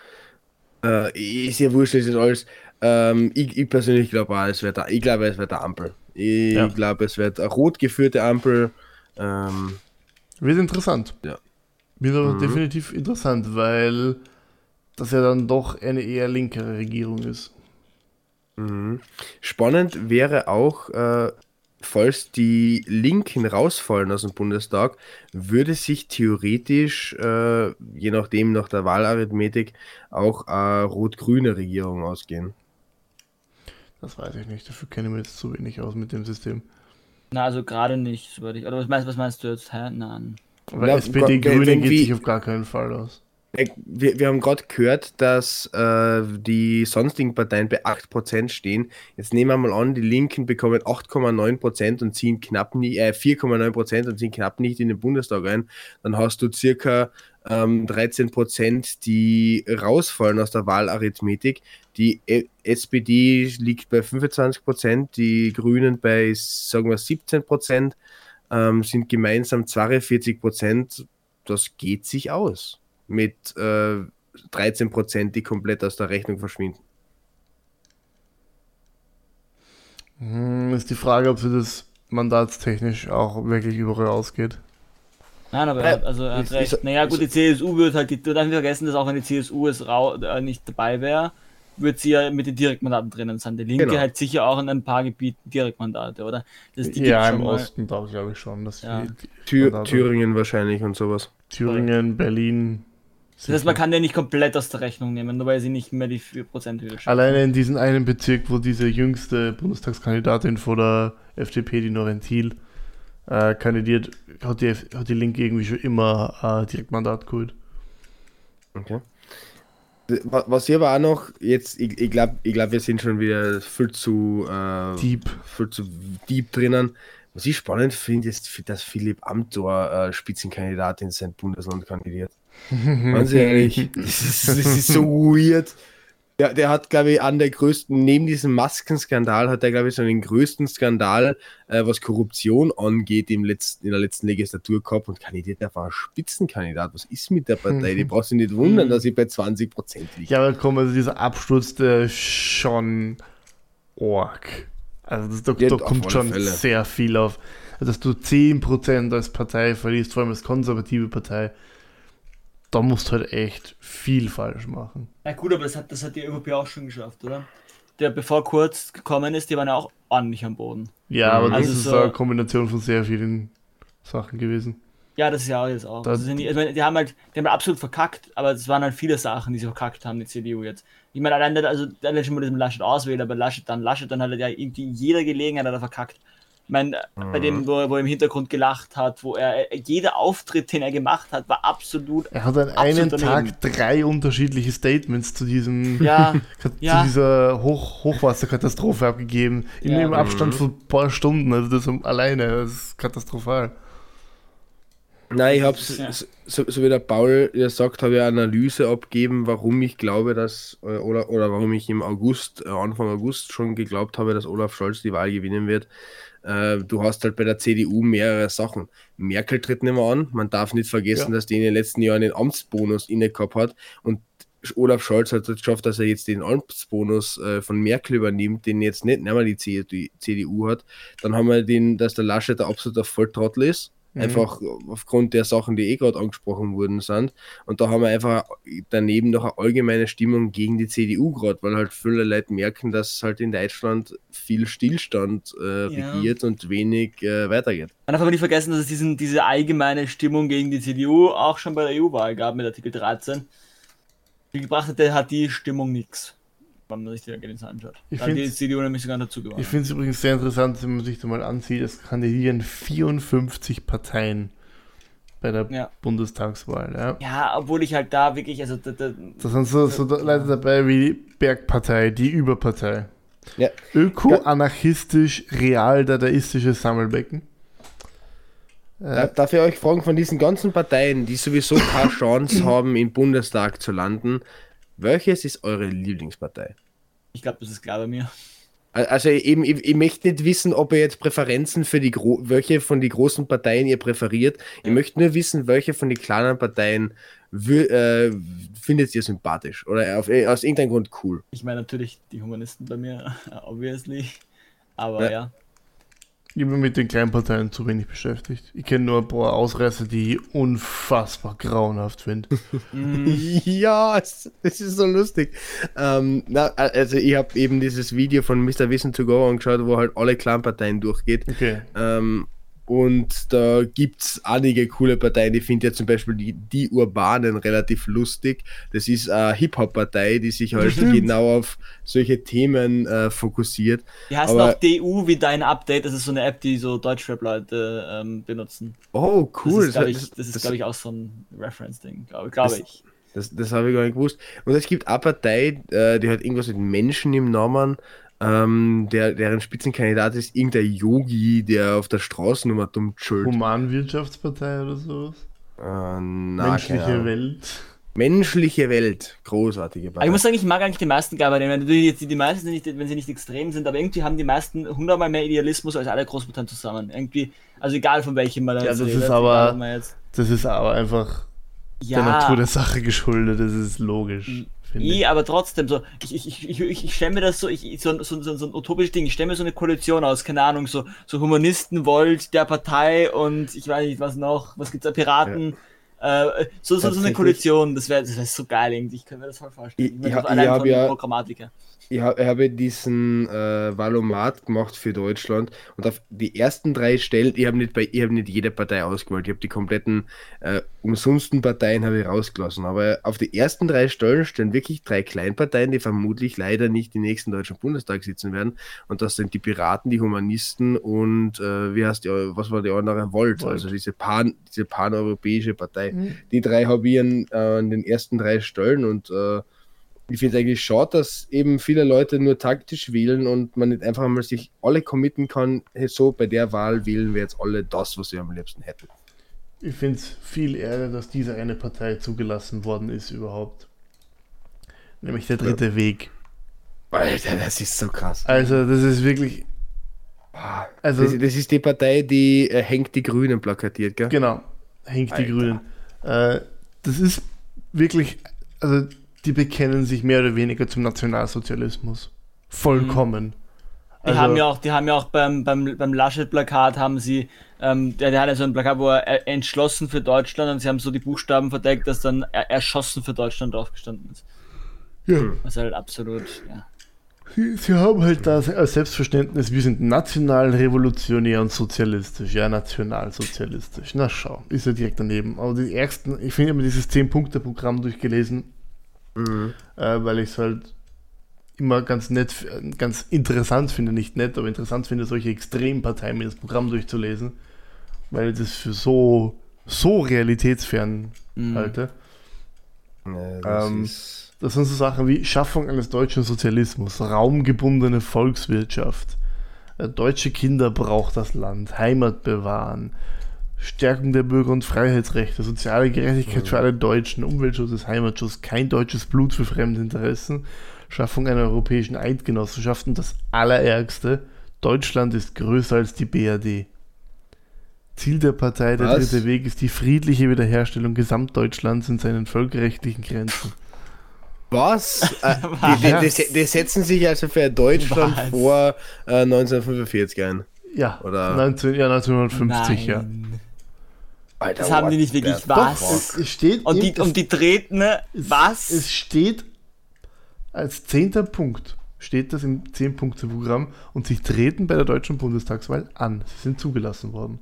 äh, ist ja wurscht, das ist alles, ähm, ich, ich persönlich glaube auch, es wird, ich glaube, es wird eine Ampel. Ich Ja. glaube, es wird eine rot geführte Ampel. Ähm, Wird interessant. Ja. Wird aber Mhm. definitiv interessant, weil das ja dann doch eine eher linkere Regierung ist. Mhm. Spannend wäre auch, äh, falls die Linken rausfallen aus dem Bundestag, würde sich theoretisch, äh, je nachdem nach der Wahlarithmetik, auch eine rot-grüne Regierung ausgehen. Das weiß ich nicht. Dafür kenne ich mich jetzt zu wenig aus mit dem System. Na, also gerade nicht, soweit ich. Oder was meinst, was meinst du jetzt? Hä? Nein. Aber Na, S P D, wenn- Grüne wenn geht wie- sich auf gar keinen Fall aus. Äh, Wir, wir haben gerade gehört, dass äh, die sonstigen Parteien bei acht Prozent stehen. Jetzt nehmen wir mal an, die Linken bekommen acht Komma neun Prozent und ziehen knapp nie, äh, vier Komma neun Prozent und ziehen knapp nicht in den Bundestag ein. Dann hast du circa ähm, dreizehn Prozent, die rausfallen aus der Wahlarithmetik. Die äh, S P D liegt bei fünfundzwanzig Prozent, die Grünen bei, sagen wir, siebzehn Prozent, ähm, sind gemeinsam zweiundvierzig Prozent. Das geht sich aus. Mit äh, dreizehn Prozent, die komplett aus der Rechnung verschwinden. Hm, ist die Frage, ob sie das mandatstechnisch auch wirklich überall ausgeht. Nein, aber Äh, er hat, also er hat ich- recht. ich- naja, gut, die C S U wird halt, die, du darfst nicht vergessen, dass auch wenn die C S U es rau, äh, nicht dabei wäre, wird sie ja mit den Direktmandaten drinnen sein. Die Linke Genau. halt sicher auch in ein paar Gebieten Direktmandate, oder? Das, die Ja, gibt's im schon mal. Osten da glaube ich schon, dass Ja. die, die Thür Mandate- Thüringen wahrscheinlich und sowas. Thüringen, Berlin. Das heißt, man kann den nicht komplett aus der Rechnung nehmen, nur weil sie nicht mehr die vier Prozent Hürde schaffen. Alleine in diesem einen Bezirk, wo diese jüngste Bundestagskandidatin vor der F D P, die Norentil, äh, kandidiert, hat die, F- hat die Linke irgendwie schon immer äh, Direktmandat geholt. Okay. Wa- Was ich aber auch noch, jetzt, ich, ich glaube, ich glaub, wir sind schon wieder viel zu, äh, Deep. viel zu deep drinnen. Was ich spannend finde, ist, dass Philipp Amthor äh, Spitzenkandidat in sein Bundesland kandidiert. Ganz ehrlich, das ist, das ist so weird. Der, der hat, glaube ich, an der größten, neben diesem Maskenskandal, hat er, glaube ich, so den größten Skandal, äh, was Korruption angeht, im letzten, in der letzten Legislatur gehabt und kandidiert einfach ein Spitzenkandidat. Was ist mit der Partei? Die brauchst du nicht wundern, dass sie bei zwanzig Prozent liegt. Ja, aber komm, also dieser Absturz, der ist schon arg. Also das, da, Ja, da auf kommt alle schon Fälle. sehr viel auf. Also, dass du zehn Prozent als Partei verlierst, vor allem als konservative Partei, da musst du halt echt viel falsch machen. Na gut, aber das hat, das hat die ÖVP auch schon geschafft, oder? Der, bevor Kurz gekommen ist, die waren ja auch ordentlich am Boden. Ja, aber Also das ist so- eine Kombination von sehr vielen Sachen gewesen. Ja, das ist ja auch jetzt auch. Da- Also sind die, ich meine, die haben halt, die haben halt absolut verkackt, aber es waren halt viele Sachen, die sie verkackt haben, die C D U jetzt. Ich meine, allein, also, allein schon mal das mit Laschet auswählen, aber Laschet dann, Laschet dann halt ja irgendwie in jeder Gelegenheit hat er verkackt. Ich meine, bei dem, wo er, wo er im Hintergrund gelacht hat, wo er, jeder Auftritt, den er gemacht hat, war absolut, Er hat an einem Absolut daneben. Tag drei unterschiedliche Statements zu diesem ja, zu ja. dieser Hoch Hochwasserkatastrophe abgegeben. In Ja. einem Abstand von ein paar Stunden. Also das alleine, das ist katastrophal. Nein, ich hab's, Ja. so, so wie der Paul ja sagt, habe ich eine Analyse abgegeben, warum ich glaube, dass, äh, oder, oder warum ich im August, äh, Anfang August schon geglaubt habe, dass Olaf Scholz die Wahl gewinnen wird. Äh, du hast halt bei der C D U mehrere Sachen. Merkel tritt nicht mehr an. Man darf nicht vergessen, Ja. dass die in den letzten Jahren den Amtsbonus inne gehabt hat und Olaf Scholz hat es geschafft, dass er jetzt den Amtsbonus äh, von Merkel übernimmt, den jetzt nicht, nicht mehr die C D U hat. Dann haben wir den, dass der Laschet der absolute Volltrottel ist. Mhm. Einfach aufgrund der Sachen, die eh gerade angesprochen worden sind. Und da haben wir einfach daneben noch eine allgemeine Stimmung gegen die C D U gerade, weil halt viele Leute merken, dass halt in Deutschland viel Stillstand äh, Ja. regiert und wenig äh, weitergeht. Man darf aber nicht vergessen, dass es diesen, diese allgemeine Stimmung gegen die C D U auch schon bei der E U-Wahl gab mit Artikel dreizehn. Die gebracht hätte, hat die Stimmung nichts, wenn man sich die Ergebnisse anschaut. Ich Da hat die find's- C D U nämlich sogar dazu gewonnen. Ich finde es übrigens sehr interessant, wenn man sich da mal ansieht, es kandidieren vierundfünfzig Parteien bei der Ja. Bundestagswahl. Ja. Ja, obwohl ich halt da wirklich, also da, da, Da sind so, so Leute dabei wie die Bergpartei, die Überpartei. Ja. Öko-anarchistisch, real-dadaistisches Sammelbecken. Da, darf ich euch fragen, von diesen ganzen Parteien, die sowieso keine Chance haben, im Bundestag zu landen, welches ist eure Lieblingspartei? ich glaube, das ist klar bei mir. Also eben, ich, ich möchte nicht wissen, ob ihr jetzt Präferenzen für die Gro welche von den großen Parteien ihr präferiert. Ich möchte nur wissen, welche von den kleinen Parteien wü- äh, findet ihr sympathisch oder auf, aus irgendeinem Grund cool. Ich meine natürlich die Humanisten bei mir, obviously. Aber Ja. ja. Ich bin mit den kleinen Parteien zu wenig beschäftigt. Ich kenne nur ein paar Ausreißer, die ich unfassbar grauenhaft finde. Ja, es, es ist so lustig. Ähm, na, also ich habe eben dieses Video von Mister Wissen to Go angeschaut, wo halt alle kleinen Parteien durchgeht. Okay. Ähm, und da gibt es einige coole Parteien. Ich finde ja zum Beispiel die, die Urbanen relativ lustig. Das ist eine Hip-Hop-Partei, die sich halt Stimmt. genau auf solche Themen äh, fokussiert. Die heißen Aber- auch D U wie dein Update. Das ist so eine App, die so Deutschrap-Leute ähm, benutzen. Oh, cool. Das ist, glaube ich, Das- das ist, das- glaub ich, auch so ein Reference-Ding, glaube glaub Das- ich. Das, das habe ich gar nicht gewusst. Und es gibt eine Partei, äh, die hat irgendwas mit Menschen im Namen, ähm, der, deren Spitzenkandidat ist irgendein Yogi, der auf der Straßennummer dumm chillt. Humanwirtschaftspartei oder sowas. Äh, na, Menschliche keine Ahnung. Welt. Menschliche Welt. Großartige Aber ich Partei. muss sagen, ich mag eigentlich die meisten Gabarden. Wenn die, die, die meisten sind nicht, wenn sie nicht extrem sind, aber irgendwie haben die meisten hundertmal mehr Idealismus als alle Großparteien zusammen. Irgendwie, also egal von welchem man da Ja, jetzt das redet, ist aber- egal, ob man jetzt, Das ist aber einfach ja, der Natur der Sache geschuldet. Das ist logisch, finde Eh, ich. aber trotzdem, so, ich, ich, ich, ich, ich, ich stelle mir das so, ich, ich- so, so, so, so ein utopisches Ding, ich stelle mir so eine Koalition aus, keine Ahnung, so, so Humanisten, Volt, der Partei und ich weiß nicht, was noch, was gibt's da, Piraten, äh, so, so, so eine Tatsächlich. Koalition, das wäre das wär so geil irgendwie, ich kann mir das voll vorstellen. Ich- meine, ich so hab- allein ich hab von der ja- Programmatik her. Ich, hab, ich habe diesen äh, Valomat gemacht für Deutschland und auf die ersten drei Stellen, ich habe nicht bei, ich habe nicht jede Partei ausgewählt, ich habe die kompletten äh, umsonsten Parteien habe ich rausgelassen, aber auf die ersten drei Stellen stehen wirklich drei Kleinparteien, die vermutlich leider nicht im nächsten Deutschen Bundestag sitzen werden und das sind die Piraten, die Humanisten und äh, wie heißt die, was war die andere? Volt, Volt. also diese pan, diese paneuropäische Partei. Mhm. Die drei habe ich an, äh, an den ersten drei Stellen und äh, ich finde es eigentlich schade, dass eben viele Leute nur taktisch wählen und man nicht einfach mal sich alle committen kann, hey, so bei der Wahl wählen wir jetzt alle das, was wir am liebsten hätten. Ich finde es viel ärger, dass diese eine Partei zugelassen worden ist überhaupt. Nämlich der dritte ja. Weg. Alter, das ist so krass. Also das ist wirklich... Also, das, das ist die Partei, die äh, Hängt die Grünen plakatiert, gell? Genau, Hängt Alter. die Grünen. Äh, das ist wirklich... Also die bekennen sich mehr oder weniger zum Nationalsozialismus. Vollkommen. Mhm. Die Also, haben ja auch, die haben ja auch beim, beim, beim Laschet-Plakat haben sie, ähm, der, der hat ja so ein Plakat, wo er entschlossen für Deutschland und sie haben so die Buchstaben verdeckt, dass dann er, erschossen für Deutschland draufgestanden ist. Ja. Was halt absolut, ja. Sie, sie haben halt da als Selbstverständnis, wir sind national, revolutionär und sozialistisch. Ja, nationalsozialistisch. Na schau, ist ja direkt daneben. Aber die ersten, ich finde, ich habe mir dieses zehn-Punkte-Programm durchgelesen, mhm. äh, weil ich es halt immer ganz nett, ganz interessant finde, nicht nett, aber interessant finde, solche Extremparteien mir das Programm durchzulesen, weil ich das für so, so realitätsfern mhm. halte. Ja, das, ähm, ist... das sind so Sachen wie Schaffung eines deutschen Sozialismus, raumgebundene Volkswirtschaft, äh, deutsche Kinder braucht das Land, Heimat bewahren, Stärkung der Bürger- und Freiheitsrechte, soziale Gerechtigkeit mhm. für alle Deutschen, Umweltschutz des Heimatschutz, kein deutsches Blut für fremde Interessen, Schaffung einer europäischen Eidgenossenschaft und das Allerärgste, Deutschland ist größer als die B R D. Ziel der Partei Der Was? Dritte Weg ist die friedliche Wiederherstellung Gesamtdeutschlands in seinen völkerrechtlichen Was? äh, die, die, die, die setzen sich also für Deutschland Was? vor äh, neunzehnhundertfünfundvierzig ein. Ja, Oder? neunzehn, ja neunzehnhundertfünfzig, ja. Alter, das haben die nicht wirklich, was? Es, es steht Und die, eben, und die treten, ne? es, Was? Es steht als zehnter Punkt, steht das im zehn-Punkte-Programm und sie treten bei der deutschen Bundestagswahl an. Sie sind zugelassen worden.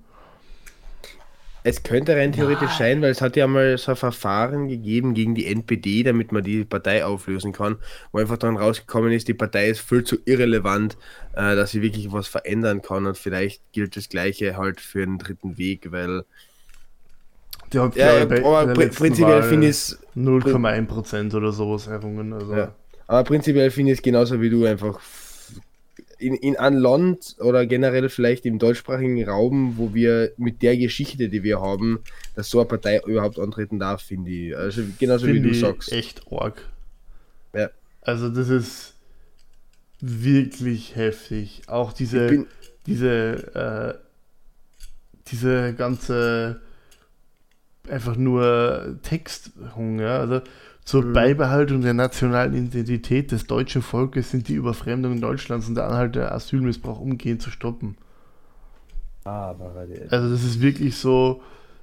Es könnte rein theoretisch Ja. sein, weil es hat ja mal so ein Verfahren gegeben gegen die N P D, damit man die Partei auflösen kann, wo einfach dann rausgekommen ist, die Partei ist viel zu irrelevant, äh, dass sie wirklich was verändern kann und vielleicht gilt das Gleiche halt für den dritten Weg, weil Die hat, ja, glaube ich, bei aber der pr letzten prinzipiell Wahl finde ich es null Komma eins Prozent oder sowas errungen. Also. ja. Aber prinzipiell finde ich es genauso wie du einfach in, in einem Land oder generell vielleicht im deutschsprachigen Raum, wo wir mit der Geschichte, die wir haben, dass so eine Partei überhaupt antreten darf, finde ich. Also genauso Find wie du ich sagst. echt arg. Ja. Also das ist wirklich heftig. Auch Ich diese, bin, diese, äh, diese ganze einfach nur Texthunger, also zur Mhm. Beibehaltung der nationalen Identität des deutschen Volkes sind die Überfremdung Deutschlands und der Anhalt der Asylmissbrauch umgehend zu stoppen. Also das ist wirklich so,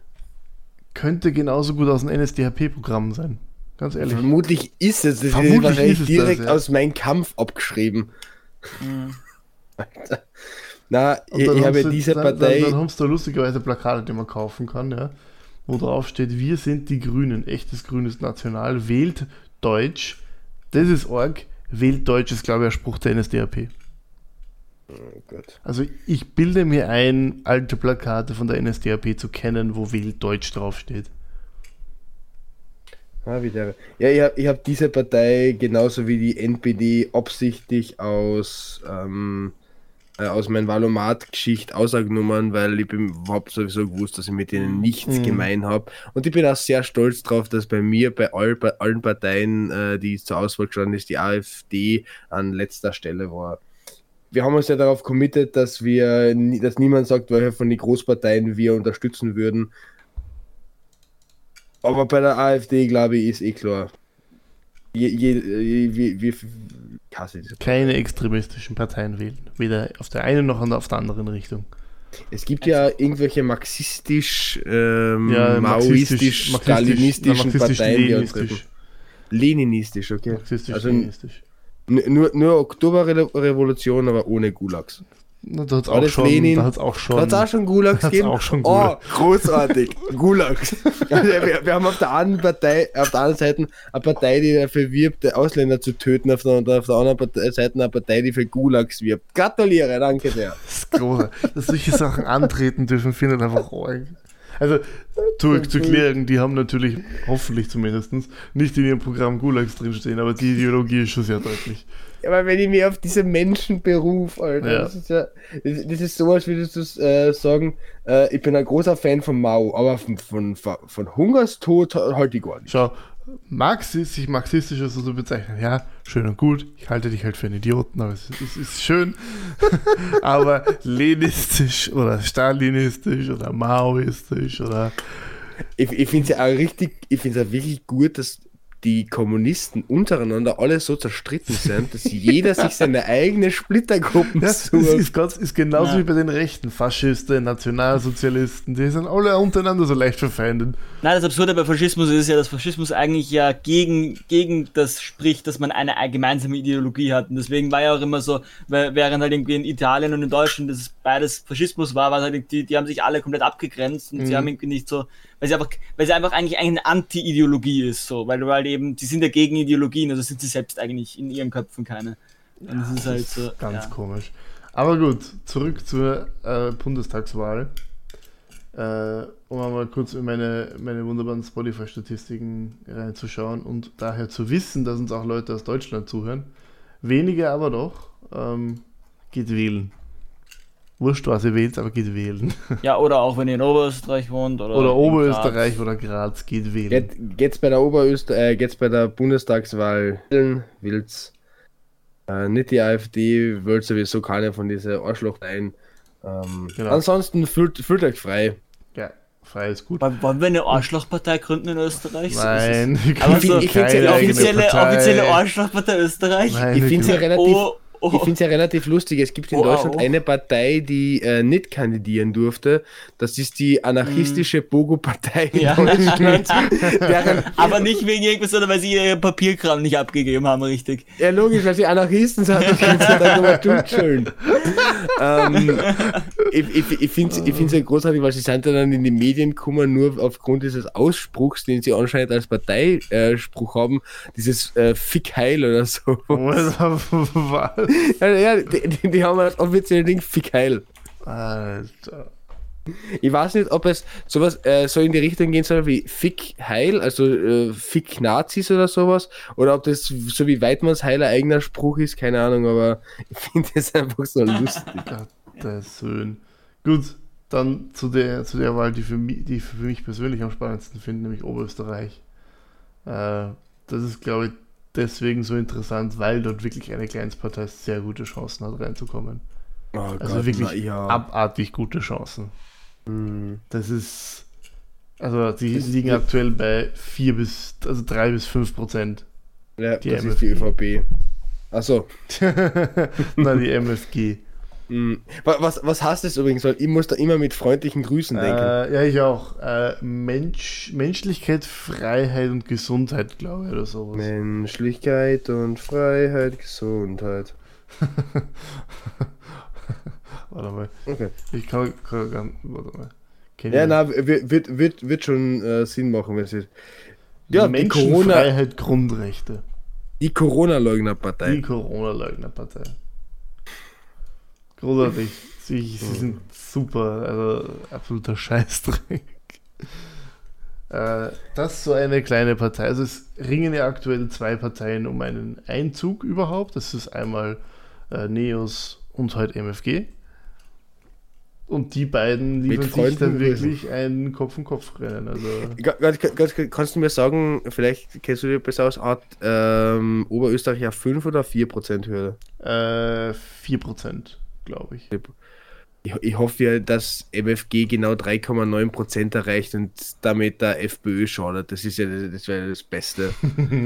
könnte genauso gut aus dem N S D A P-Programm sein. Ganz ehrlich. vermutlich ist es, das Vermutlich ist wahrscheinlich ist es direkt das, ja. aus meinem Kampf abgeschrieben. Mhm. Alter. Na, Und ich, dann ich haben habe sie- diese dann, Partei. Dann, dann haben sie da lustigerweise Plakate, die man kaufen kann, ja, wo drauf steht, wir sind die Grünen, echtes grünes National, wählt Deutsch. Das ist arg. Wählt Deutsch ist, glaube ich, ein Spruch der N S D A P. Oh Gott. Also ich bilde mir ein, alte Plakate von der N S D A P zu kennen, wo wählt Deutsch draufsteht. Ah, wie der. Ja, ich habe ich hab diese Partei genauso wie die N P D absichtlich aus, ähm, äh, aus meiner Valomat-Geschichte ausgenommen, weil ich bin überhaupt sowieso gewusst, dass ich mit denen nichts Mhm. gemein habe. Und ich bin auch sehr stolz drauf, dass bei mir, bei, all, bei allen Parteien, äh, die zur Auswahl gestanden ist, die AfD an letzter Stelle war. Wir haben uns ja darauf committed, dass wir, nie- dass niemand sagt, welche von den Großparteien wir unterstützen würden. Aber bei der AfD, glaube ich, ist eh klar. Je, je, je, wie, wie, ich hasse diese Partei. Keine extremistischen Parteien wählen. Weder auf der einen noch auf der anderen Richtung. Es gibt ja irgendwelche marxistisch, ähm, Ja, maoistisch, stalinistischen marxistisch, Parteien, die leninistisch. antreten. Leninistisch, okay. Marxistisch, Also leninistisch. n- nur, nur Oktoberrevolution, aber ohne Gulags. Na, da hat es War auch, das schon- Lenin? da hat's auch schon. Hat es auch schon Gulags hat's gegeben? auch schon Oh, Gulags. großartig. Gulags. Also wir, wir haben auf der einen Partei, auf der einen Seite eine Partei, die dafür wirbt, Ausländer zu töten, auf der, und auf der anderen Partei, Seite eine Partei, die für Gulags wirbt. Gratuliere, danke sehr. Das ist großartig. Dass solche Sachen antreten dürfen, finde ich einfach arg. Also, zu, zu klären, die haben natürlich, hoffentlich zumindest, nicht in ihrem Programm Gulags drinstehen, aber die Ideologie ist schon sehr deutlich. Aber wenn ich mich auf diese Menschen berufe, Alter, Ja. das ist ja, das, das ist so, als würdest du äh, sagen, äh, ich bin ein großer Fan von Mao, aber von, von, von Hungerstod halte ich gar nicht. Schau, Marxist, sich marxistisch so zu bezeichnen, ja, schön und gut, ich halte dich halt für einen Idioten, aber es, es ist schön. Aber leninistisch oder stalinistisch oder maoistisch oder... Ich, ich finde es ja auch richtig, ich finde es ja wirklich gut, dass die Kommunisten untereinander alle so zerstritten sind, dass jeder sich seine eigene Splittergruppen Ja, das sucht. ist, ganz, ist genauso Ja. wie bei den Rechten, Faschisten, Nationalsozialisten, die sind alle untereinander so leicht verfeindet. Nein, das Absurde bei Faschismus ist ja, dass Faschismus eigentlich ja gegen, gegen das spricht, dass man eine gemeinsame Ideologie hat. Und deswegen war ja auch immer so, weil- während halt irgendwie in Italien und in Deutschland das beides Faschismus war, war halt, die, die haben sich alle komplett abgegrenzt und Mhm. sie haben irgendwie nicht so, weil sie einfach, weil sie einfach eigentlich eine Anti-Ideologie ist, so, weil du halt eben, die sind ja gegen Ideologien, also sind sie selbst eigentlich in ihren Köpfen keine. Und das ist halt so. Ganz ja. komisch. Aber gut, zurück zur äh, Bundestagswahl. Äh, um einmal kurz in meine, meine wunderbaren Spotify-Statistiken reinzuschauen und daher zu wissen, dass uns auch Leute aus Deutschland zuhören. Wenige aber doch. Ähm, geht wählen. Wurscht, was ihr wählt, aber geht wählen. Ja, oder auch wenn ihr in Oberösterreich wohnt oder, Oder in Oberösterreich Graz. oder Graz, geht wählen. Geht, geht's bei der Oberöster äh, geht's bei der Bundestagswahl wählen, will's äh, nicht die AfD, will sowieso keine von diesen Arschlochparteien. Ähm, Genau. Ansonsten fühlt, fühlt euch frei. Ja, frei ist gut. Wollen wollen wir eine Arschlochpartei gründen in Österreich? So ist es. Nein, wir Aber gründen so, ich find's keine ja eigene offizielle, Partei. offizielle Arschlochpartei Österreich? Nein, Ich wir finde es ja gründen- relativ, Oh, ich oh. find's ja relativ lustig. Es gibt in Oh, Deutschland oh. eine Partei, die äh, nicht kandidieren durfte. Das ist die anarchistische Bogo-Partei in Ja. Deutschland. Deren, Aber nicht wegen irgendwas, sondern weil sie ihr Papierkram nicht abgegeben haben, richtig. ja, logisch, weil sie Anarchisten sind, das können sie darüber tun schön. ähm, ich ich, ich finde es ich find's ja großartig, weil sie sind ja dann in die Medien gekommen, nur aufgrund dieses Ausspruchs, den sie anscheinend als Parteispruch haben, dieses äh, Fick Heil oder so. Was? Ja, ja die, die, die haben als offizielle Ding Fick Heil. Alter. Ich weiß nicht, ob es sowas äh, so in die Richtung gehen soll wie Fick Heil, also äh, Fick Nazis oder sowas, oder ob das so wie Weidmanns Heil ein eigener Spruch ist, keine Ahnung, aber ich finde das einfach so lustig. Gottes Willen. Gut, dann zu der, zu der Wahl, die für mich, die für mich persönlich am spannendsten finde, nämlich Oberösterreich. Äh, das ist, glaube ich, deswegen so interessant, weil dort wirklich eine Kleinstpartei sehr gute Chancen hat, reinzukommen. Oh Also Gott, wirklich na ja. abartig gute Chancen. Hm. Das ist, also die liegen aktuell bei vier bis, also drei bis fünf Prozent. Ja, Die das M F ist die G. ÖVP. Achso. Na, die M F G. Hm. Wa- Was, was heißt das übrigens? Weil ich muss da immer mit freundlichen Grüßen denken. Äh, ja, ich auch. Äh, Mensch, Menschlichkeit, Freiheit und Gesundheit, glaube ich, oder sowas. Menschlichkeit und Freiheit, Gesundheit. Warte mal. Okay. Ich kann, kann, kann warte mal. Kenn Ja, ich- na, wird, wird, wird, wird schon äh, Sinn machen, wenn es Ja, die Menschen, Corona, Freiheit, Grundrechte. die Corona-Leugner-Partei. Die Corona-Leugner-Partei. Großartig. Sie, sie sind super. Also absoluter Scheißdreck. Äh, das ist so eine kleine Partei. Also es ringen ja aktuell zwei Parteien um einen Einzug überhaupt. Das ist einmal äh, Neos und halt M F G. Und die beiden liefern sich Freunden dann gewesen. wirklich ein Kopf-an-Kopf-Rennen. Also Ga- Ganz, ganz, kannst du mir sagen, vielleicht kennst du dir besser aus, hat ähm, Oberösterreich auf fünf oder vier Prozent Hürde? äh, vier Prozent, glaube ich. Ich, ich hoffe ja, dass M F G genau drei Komma neun Prozent erreicht und damit der FPÖ schadet. Das ist ja das wäre das Beste.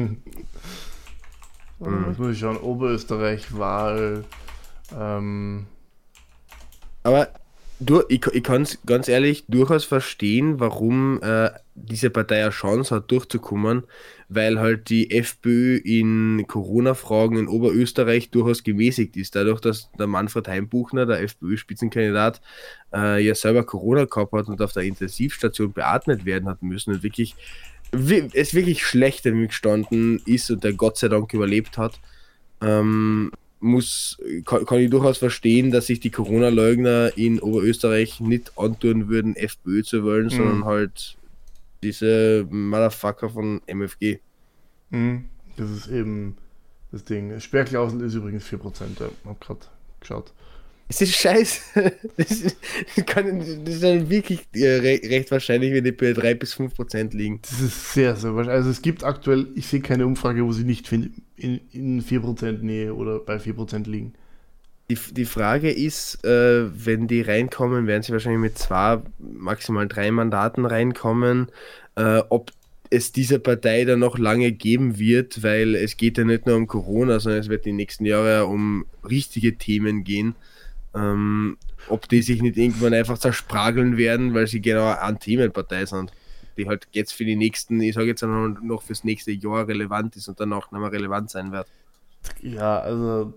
Warte mal, Jetzt muss ich schauen. Oberösterreich, Wahl. Ähm, Aber du, ich, ich kann es ganz ehrlich durchaus verstehen, warum äh, diese Partei eine Chance hat, durchzukommen, weil halt die FPÖ in Corona-Fragen in Oberösterreich durchaus gemäßigt ist. Dadurch, dass der Manfred Heimbuchner, der FPÖ-Spitzenkandidat, äh, ja selber Corona gehabt hat und auf der Intensivstation beatmet werden hat müssen und wirklich wi- es wirklich schlecht an ihm gestanden ist und der Gott sei Dank überlebt hat. Ähm, muss, kann, kann ich durchaus verstehen, dass sich die Corona-Leugner in Oberösterreich nicht antun würden, FPÖ zu wählen, mhm. sondern halt diese Motherfucker von M F G. Mhm. Das ist eben das Ding. Sperrklausel ist übrigens vier Prozent, ja. Ich hab gerade geschaut. Es ist scheiße. Das ist, kann, das ist dann wirklich äh, recht wahrscheinlich, wenn die bei drei bis fünf Prozent liegen. Das ist sehr, sehr wahrscheinlich. Also es gibt aktuell, ich sehe keine Umfrage, wo sie nicht in, in vier Prozent Nähe oder bei vier Prozent liegen. Die, die Frage ist, äh, wenn die reinkommen, werden sie wahrscheinlich mit zwei, maximal drei Mandaten reinkommen, äh, ob es diese Partei dann noch lange geben wird, weil es geht ja nicht nur um Corona, sondern es wird die nächsten Jahre um richtige Themen gehen. Ähm, ob die sich nicht irgendwann einfach zersprageln werden, weil sie genau eine Themenpartei sind, die halt jetzt für die nächsten, ich sage jetzt noch, noch fürs nächste Jahr relevant ist und dann auch nicht mehr relevant sein wird. Ja, also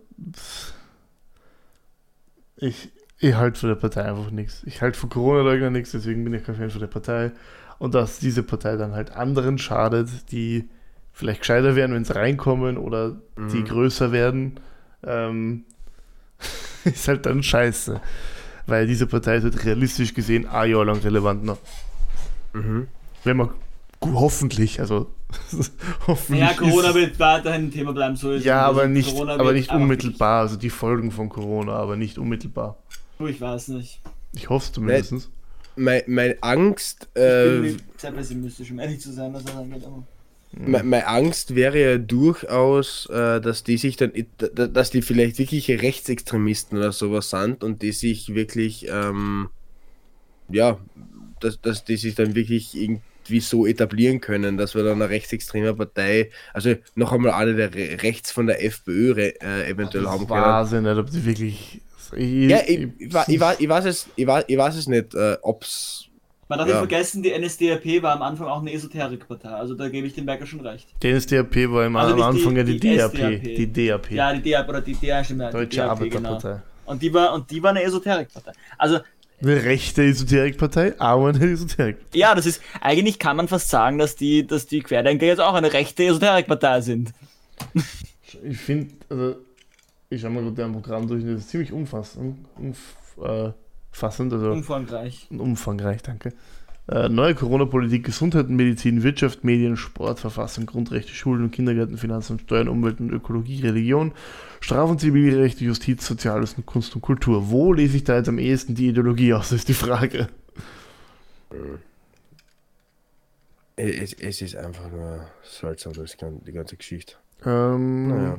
ich, ich halte von der Partei einfach nichts. Ich halte von Corona-Leugner nichts, deswegen bin ich kein Fan von der Partei. Und dass diese Partei dann halt anderen schadet, die vielleicht gescheiter werden, wenn sie reinkommen oder mhm. die größer werden, ähm, ist halt dann scheiße. Weil diese Partei ist halt realistisch gesehen ein Jahr lang relevant noch. Mhm. Wenn man hoffentlich, also hoffentlich. Ja, Corona wird weiterhin ein Thema bleiben, so ist ja, es. aber nicht, aber nicht unmittelbar, also die Folgen von Corona, aber nicht unmittelbar. Oh, ich weiß nicht. Ich hoffe es zumindest. Meine mein Angst. Ich äh, bin sehr pessimistisch, um ehrlich zu sein, was das angeht. Aber Meine, meine Angst wäre ja durchaus, äh, dass die sich dann, dass die vielleicht wirklich Rechtsextremisten oder sowas sind und die sich wirklich, ähm, ja, dass, dass die sich dann wirklich irgendwie so etablieren können, dass wir dann eine rechtsextreme Partei, also noch einmal eine der Re- rechts von der FPÖ re- äh, eventuell das haben können. Wahnsinn, nicht, ob die wirklich. Ich, ja, ich, ich, ich, ich, weiß, ich, weiß es, ich, weiß, ich weiß es nicht, äh, ob's. Man darf ja nicht vergessen, die N S D A P war am Anfang auch eine Esoterikpartei, also da gebe ich dem Berger schon recht. Die N S D A P war immer also am Anfang ja die, die D A P. S D A P. Die D A P. Ja, die D A P oder die D A P, stimmt, Deutsche die D A P, Arbeiterpartei. Genau. Und die war und die war eine Esoterikpartei. Also eine rechte Esoterikpartei, aber eine Esoterikpartei. Ja, das ist, eigentlich kann man fast sagen, dass die, dass die Querdenker jetzt auch eine rechte Esoterikpartei sind. Ich finde, also, ich schaue mal gerade dein Programm durch, das ist ziemlich umfassend. Umf, äh, fassend, also umfangreich. Umfangreich, danke. Äh, neue Corona-Politik, Gesundheit und Medizin, Wirtschaft, Medien, Sport, Verfassung, Grundrechte, Schulen und Kindergärten, Finanzen und Steuern, Umwelt und Ökologie, Religion, Straf- und Zivilrechte, Justiz, Soziales und Kunst und Kultur. Wo lese ich da jetzt am ehesten die Ideologie aus, ist die Frage. Es, es ist einfach nur seltsam, das kann, die ganze Geschichte. Ähm, naja.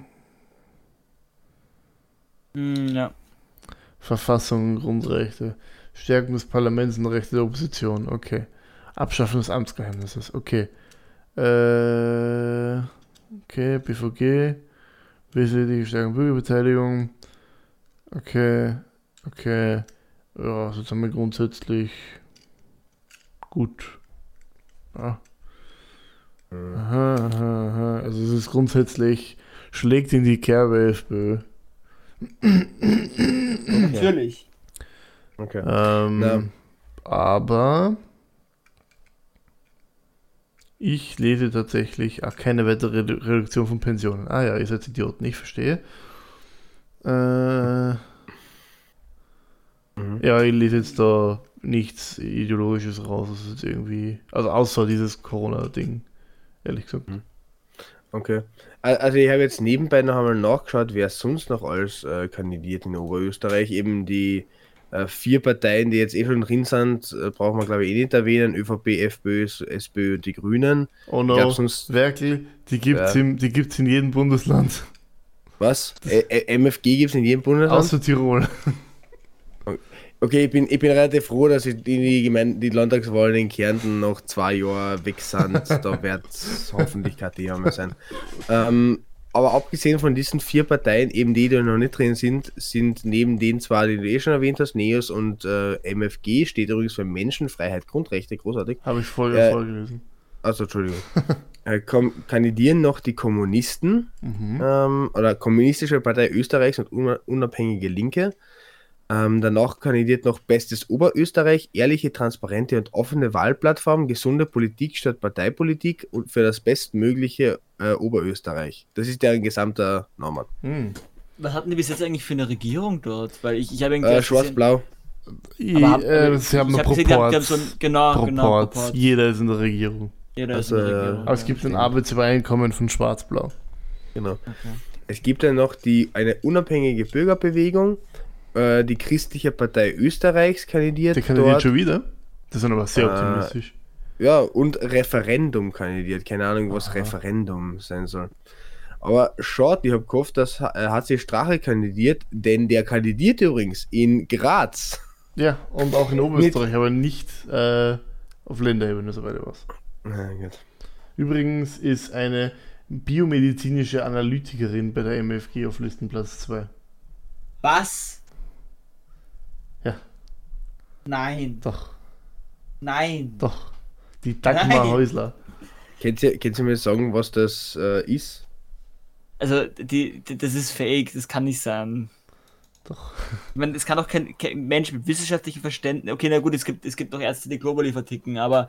Mm, ja. Verfassung, Grundrechte, Stärkung des Parlaments und Rechte der Opposition, okay. Abschaffung des Amtsgeheimnisses, okay. Äh, okay, B V G, wesentliche Stärkung Bürgerbeteiligung, okay, okay, ja, sozusagen grundsätzlich gut. Ja. Aha, aha, aha, also es ist grundsätzlich, schlägt in die Kerbe FPÖ. Okay. Natürlich. Okay. Ähm, aber ich lese tatsächlich ach, keine weitere Reduktion von Pensionen. Ah ja, ihr seid Idioten, ich verstehe. Äh, mhm. Ja, ich lese jetzt da nichts Ideologisches raus, das ist jetzt irgendwie, also außer dieses Corona-Ding, ehrlich gesagt. Mhm. Okay. Also ich habe jetzt nebenbei noch einmal nachgeschaut, wer sonst noch alles äh, kandidiert in Oberösterreich. Eben die äh, vier Parteien, die jetzt eh schon drin sind, äh, brauchen wir glaube ich eh nicht erwähnen. ÖVP, FPÖ, SPÖ und die Grünen. Oh no, glaub, sonst, wirklich, die gibt's, ja. im, die gibt's in jedem Bundesland. Was? Ä- Ä- M F G gibt es in jedem Bundesland? Außer Tirol. Okay, ich bin, ich bin relativ froh, dass die, die, Gemeinde, die Landtagswahlen in Kärnten noch zwei Jahre weg sind. Da wird es hoffentlich kein Thema mehr sein. Ähm, aber abgesehen von diesen vier Parteien, eben die, die noch nicht drin sind, sind neben den zwei, die du eh schon erwähnt hast, NEOS und äh, M F G, steht übrigens für Menschenfreiheit, Grundrechte, großartig. Habe ich voll äh, vorgelesen. Also, Entschuldigung. äh, kom- kandidieren noch die Kommunisten, mhm. ähm, oder Kommunistische Partei Österreichs und un- Unabhängige Linke. Ähm, danach kandidiert noch Bestes Oberösterreich, ehrliche, transparente und offene Wahlplattform, gesunde Politik statt Parteipolitik und für das bestmögliche äh, Oberösterreich. Das ist deren gesamter Name. Hm. Was hatten die bis jetzt eigentlich für eine Regierung dort? Weil ich, ich habe irgendwie Äh, erst gesehen- Schwarz-Blau. I, Aber hab- äh, sie haben ich einen hab gesehen, die haben- die haben Proport. so ein- genau, genau, Proport. Proport. Jeder ist in der Regierung. Jeder Also, ist in der äh, Regierung. Aber es ja. gibt ein stimmt. Arbeitsübereinkommen von Schwarz-Blau. Genau. Okay. Es gibt ja noch die, eine unabhängige Bürgerbewegung, äh, die Christliche Partei Österreichs kandidiert Der kandidiert dort. schon wieder. Das ist aber sehr Äh, optimistisch. Ja, und Referendum kandidiert. Keine Ahnung, was Aha. Referendum sein soll. Aber schaut, ich habe gehofft, dass äh, H C Strache kandidiert, denn der kandidiert übrigens in Graz. Ja, und auch in Oberösterreich, aber nicht äh, auf Länderebene, soweit ich weiß. Na gut. Übrigens ist eine biomedizinische Analytikerin bei der M F G auf Listenplatz zwei. Was? Ja. Nein. Doch, Nein. doch. Die Dagmar Nein. Häusler. Könnt ihr, könnt ihr mir sagen, was das äh, ist? Also, die, die, das ist fake, das kann nicht sein. Doch. Ich meine, es kann doch kein, kein Mensch mit wissenschaftlichem Verständnis. Okay, na gut, es gibt, es gibt noch Ärzte, die globally verticken, aber.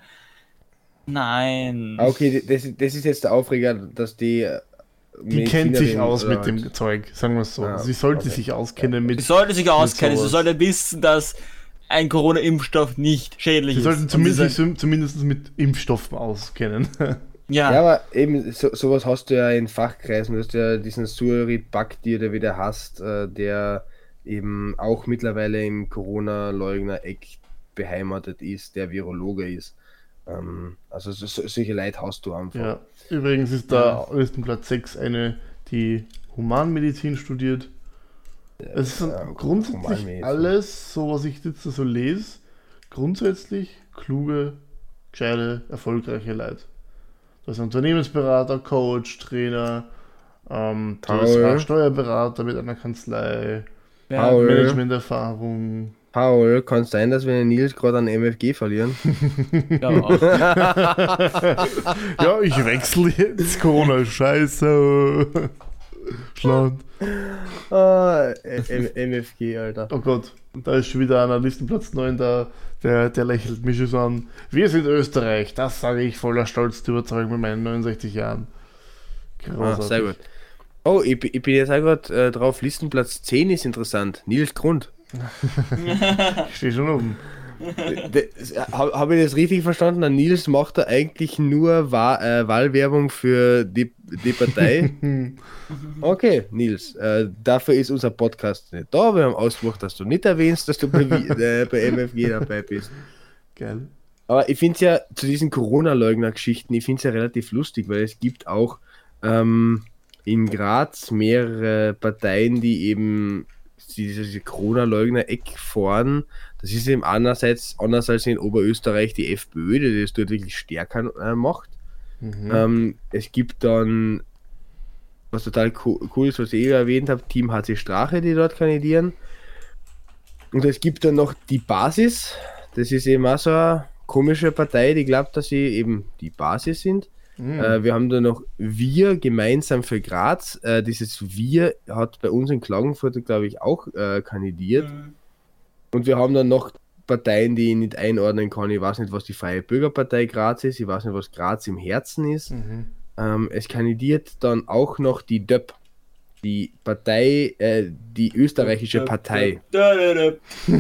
Nein. Ah, okay, das, das ist jetzt der Aufreger, dass die. äh, Die kennt sich Medizinerin aus oder mit dem halt- Zeug, sagen wir es so. Ah, Sie sollte okay. sich auskennen mit. Sie sollte sich auskennen, sie sowas. sollte wissen, dass ein Corona-Impfstoff nicht schädlich Sie ist. sollten Und zumindest, sie sich, zumindest mit Impfstoffen auskennen. sagt- Ja, Ja, aber eben, so, sowas hast du ja in Fachkreisen. Du hast ja diesen Surit Bhakti, der wieder hast, äh, der eben auch mittlerweile im Corona-Leugner-Eck beheimatet ist, der Virologe ist. Ähm, also so, so, solche Leute hast du einfach. Ja. Übrigens ist da Listenplatz sechs eine, die Humanmedizin studiert. Es ist ja, grundsätzlich Humanmedizin. alles, so was ich jetzt so lese, grundsätzlich kluge, gescheite, erfolgreiche Leute. Das ist Unternehmensberater, Coach, Trainer, ähm, das Paul. war Steuerberater mit einer Kanzlei, ja. Paul. Managementerfahrung. Paul, kann es sein, dass wir den Nils gerade an M F G verlieren? ja auch. Ja, ich wechsle jetzt, Corona ist scheiße. Schland. Ah, M- MFG, Alter. Oh Gott, da ist schon wieder einer Listenplatz neun da, der, der lächelt mich schon so an. Wir sind Österreich, das sage ich voller Stolz zu überzeugen mit meinen neunundsechzig Jahren. Ah, Großartig. sehr gut. Oh, ich, bin- ich bin jetzt auch gerade äh, drauf, Listenplatz zehn ist interessant. Nils Grund. Ich stehe schon oben. Habe hab ich das richtig verstanden? Der Nils macht da eigentlich nur Wa äh, Wahlwerbung für die, die Partei. Okay, Nils, äh, dafür ist unser Podcast nicht da. Wir haben ausgemacht, dass du nicht erwähnst, dass du bei, äh, bei M F G dabei bist. Geil. Aber ich finde es ja zu diesen Corona-Leugner-Geschichten, ich finde es ja relativ lustig, weil es gibt auch ähm, in Graz mehrere Parteien, die eben diese Corona-Leugner-Eck fahren. Das ist eben einerseits anders als in Oberösterreich die FPÖ, die das dort wirklich stärker äh, macht. Mhm. Ähm, es gibt dann, was total co cool ist, was ich eben erwähnt habe, Team H C Strache, die dort kandidieren. Und es gibt dann noch die Basis. Das ist eben auch so eine komische Partei, die glaubt, dass sie eben die Basis sind. Mhm. Äh, wir haben da noch Wir gemeinsam für Graz. Äh, dieses Wir hat bei uns in Klagenfurt, glaube ich, auch äh, kandidiert. Und wir haben dann noch Parteien, die ich nicht einordnen kann. Ich weiß nicht, was die Freie Bürgerpartei Graz ist. Ich weiß nicht, was Graz im Herzen ist. Mhm. Ähm, es kandidiert dann auch noch die D Ö P. Die Partei, äh, die österreichische Partei. Da-da-da.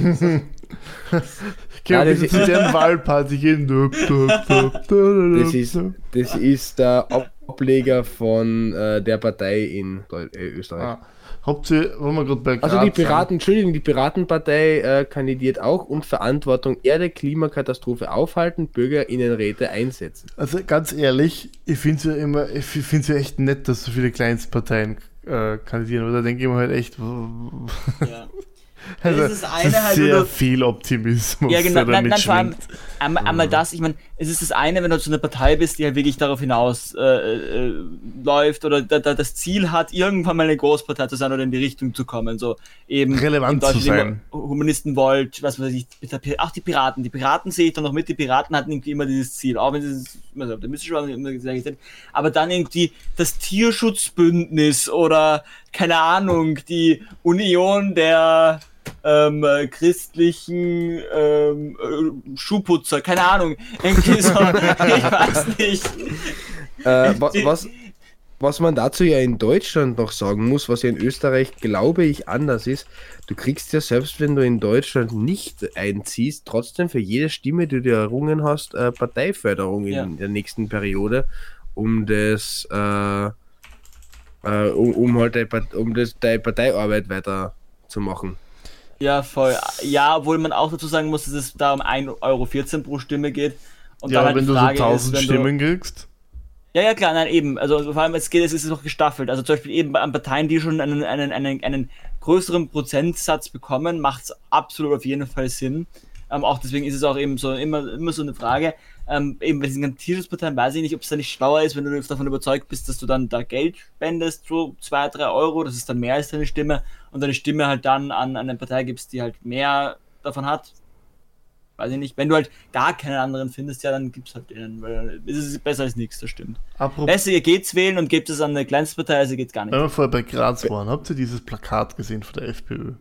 Geh Ja, mal das bitte ist- zu deren Wahlparty gehen. Dup, dup, dup, dup, Das ist, das ist der Ableger von äh, der Partei in Deu äh, Österreich. Ah, habt ihr, wo wir gerade bei Graz Also die sind- Piraten, Entschuldigung, die Piratenpartei äh, kandidiert auch und Verantwortung Erde, Klimakatastrophe aufhalten, BürgerInnenräte einsetzen. Also ganz ehrlich, ich finde es ja immer, ich finde es ja echt nett, dass so viele Kleinstparteien äh, kandidieren, aber da denke ich mir halt echt, Ja. also, Das ist das eine halt, sehr wenn du- viel Optimismus, Ja, genau, der nein, damit nein, vor allem schwingt. einmal, einmal das, ich meine, es ist das eine, wenn du zu einer Partei bist, die halt wirklich darauf hinaus äh, äh, läuft oder da, da das Ziel hat, irgendwann mal eine Großpartei zu sein oder in die Richtung zu kommen, so eben Relevant in Deutschland zu sein. immer Humanisten wollt, was weiß ich, auch die Piraten, die Piraten sehe ich dann noch mit, die Piraten hatten irgendwie immer dieses Ziel, auch wenn sie es also, optimistisch waren, immer sehr gesagt, aber dann irgendwie das Tierschutzbündnis oder keine Ahnung, die Union der ähm, äh, christlichen ähm, äh, Schuhputzer, keine Ahnung, irgendwie so, ich weiß nicht. Äh, wa was, was man dazu ja in Deutschland noch sagen muss, was ja in Österreich, glaube ich, anders ist, du kriegst ja selbst, wenn du in Deutschland nicht einziehst, trotzdem für jede Stimme, die du errungen hast, äh, Parteiförderung in Ja. der nächsten Periode, um das, äh, äh, um, um halt deine, Part- um das, deine Parteiarbeit weiterzumachen. Ja, voll. Ja, obwohl man auch dazu sagen muss, dass es da um ein Euro vierzehn pro Stimme geht. Und Ja, dann aber halt wenn die du so Frage tausend ist, wenn Stimmen kriegst. Du, ja, ja, klar, nein, eben. Also vor allem, es geht, es ist noch gestaffelt. Also zum Beispiel eben an Parteien, die schon einen, einen, einen, einen größeren Prozentsatz bekommen, macht es absolut auf jeden Fall Sinn. Ähm, auch deswegen ist es auch eben so immer, immer so eine Frage. Ähm, eben bei diesen ganzen Tierschutzparteien weiß ich nicht, ob es da nicht schlauer ist, wenn du davon überzeugt bist, dass du dann da Geld spendest, so zwei, drei Euro, das ist dann mehr als deine Stimme, und deine Stimme halt dann an, an eine Partei gibst, die halt mehr davon hat. Weiß ich nicht. Wenn du halt gar keinen anderen findest, ja, dann gib's halt denen, weil dann ist es besser als nichts, das stimmt. Apropos, Besser, ihr geht's wählen und gebt es an eine Kleinstpartei, also geht's gar nicht. wenn wir vorher bei Graz waren, habt ihr dieses Plakat gesehen von der FPÖ?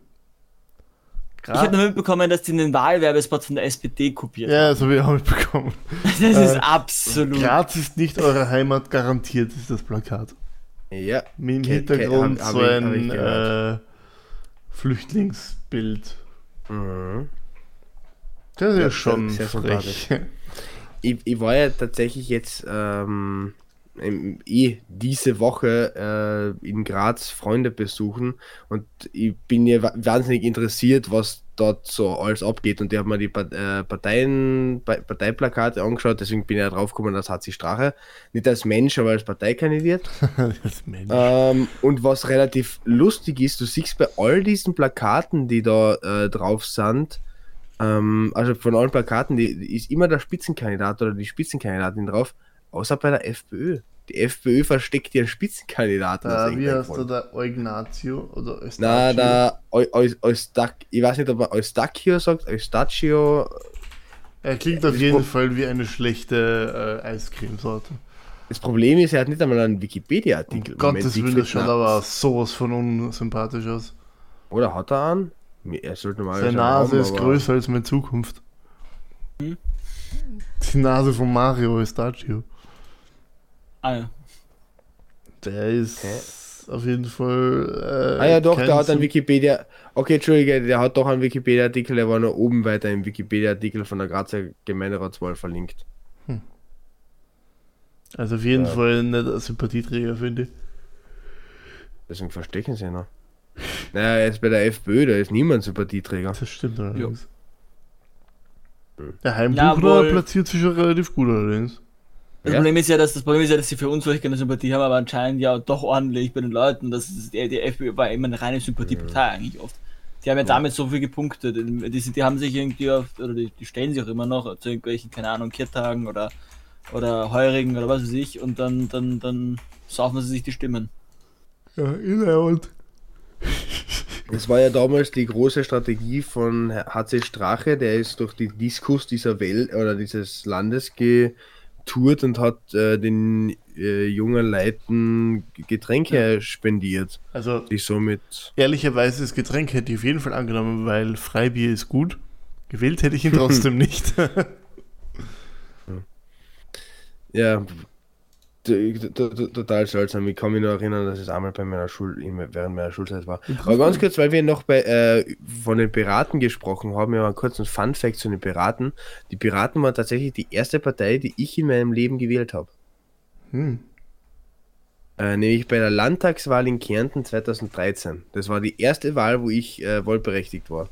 Ich habe nur mitbekommen, dass die den Wahlwerbespot von der S P D kopiert Ja, das habe ich auch mitbekommen. haben. Das ist äh, absolut. Graz ist nicht eure Heimat, garantiert ist das Plakat. Ja, Mit dem Ke- ke- Hintergrund hab- hab so ich- hab ein ich gehört. äh, Flüchtlingsbild. mhm. Das ist ja Ja, schon sehr frech. Ich, ich war ja tatsächlich jetzt ähm, im, eh diese Woche äh, in Graz Freunde besuchen und ich bin ja wa- wahnsinnig interessiert, was dort so alles abgeht, und die haben mir die Pa- äh, Parteien, Pa- Parteiplakate angeschaut, deswegen bin ich ja drauf gekommen, dass H C Strache nicht als Mensch, aber als Partei kandidiert. Das Mensch. Ähm, und was relativ lustig ist, du siehst bei all diesen Plakaten, die da äh, drauf sind, ähm, also von allen Plakaten, die, die ist immer der Spitzenkandidat oder die Spitzenkandidatin drauf, außer bei der FPÖ. Die FPÖ versteckt ihren Spitzenkandidaten. aus Da, wie irgendeinem heißt der, Grund. der Eugnazio oder Eustachio? Na, der Eu- Eu- Eustac, ich weiß nicht, ob man Eustachio sagt, Eustachio. Er klingt auf das jeden Pro- Fall wie eine schlechte äh, Eiscremesorte. Das Problem ist, er hat nicht einmal einen Um Wikipedia-Artikel. Gottes Moment, Willen, Siegfried das schaut Knapp. aber sowas von unsympathisch aus. Oder hat er einen? Er sollte mal Seine Nase ist größer als meine Zukunft. Hm? Die Nase von Mario Eustachio. Ah, ja. Der ist auf jeden Fall. Äh, Ah ja, doch, kein der hat einen Sym- Wikipedia. Okay, Entschuldige, der hat doch einen Wikipedia-Artikel, der war noch oben weiter im Wikipedia-Artikel von der Grazer Gemeinderatswahl verlinkt. Also auf jeden Ja. Fall nicht ein Sympathieträger, finde ich. Deswegen verstecken sie ihn noch. Naja, jetzt bei der FPÖ, da ist niemand Sympathieträger. Das stimmt allerdings. Hm. Der Heimbuchner Jawohl. platziert sich schon relativ gut allerdings. Das Ja. Problem ist ja, dass das Problem ist ja, dass sie für uns vielleicht keine Sympathie haben, aber anscheinend ja doch ordentlich bei den Leuten. Das ist, die, die FPÖ war immer eine reine Sympathiepartei eigentlich oft. Die haben ja damit so viel gepunktet. Die, sind, die haben sich irgendwie auf, oder die, die stellen sich auch immer noch zu irgendwelchen, keine Ahnung, Kirtagen oder, oder Heurigen oder was weiß ich, und dann, dann, dann saufen sie sich die Stimmen. Ja, innerhalb. Das war ja damals die große Strategie von H C Strache, der ist durch die Diskus dieser Welt oder dieses Landes getourt und hat äh, den äh, jungen Leuten Getränke spendiert. Also Die somit. ehrlicherweise das Getränk hätte ich auf jeden Fall angenommen, weil Freibier ist gut. Gewählt hätte ich ihn trotzdem nicht. Ja, t- t- t- total seltsam. Ich kann mich nur erinnern, dass es einmal bei meiner Schul während meiner Schulzeit war. Aber ganz kurz, weil wir noch bei äh, von den Piraten gesprochen haben, ja mal kurz ein Fun-Fact zu den Piraten. Die Piraten waren tatsächlich die erste Partei, die ich in meinem Leben gewählt habe. Hm. Äh, nämlich bei der Landtagswahl in Kärnten zweitausenddreizehn. Das war die erste Wahl, wo ich äh, wahlberechtigt war.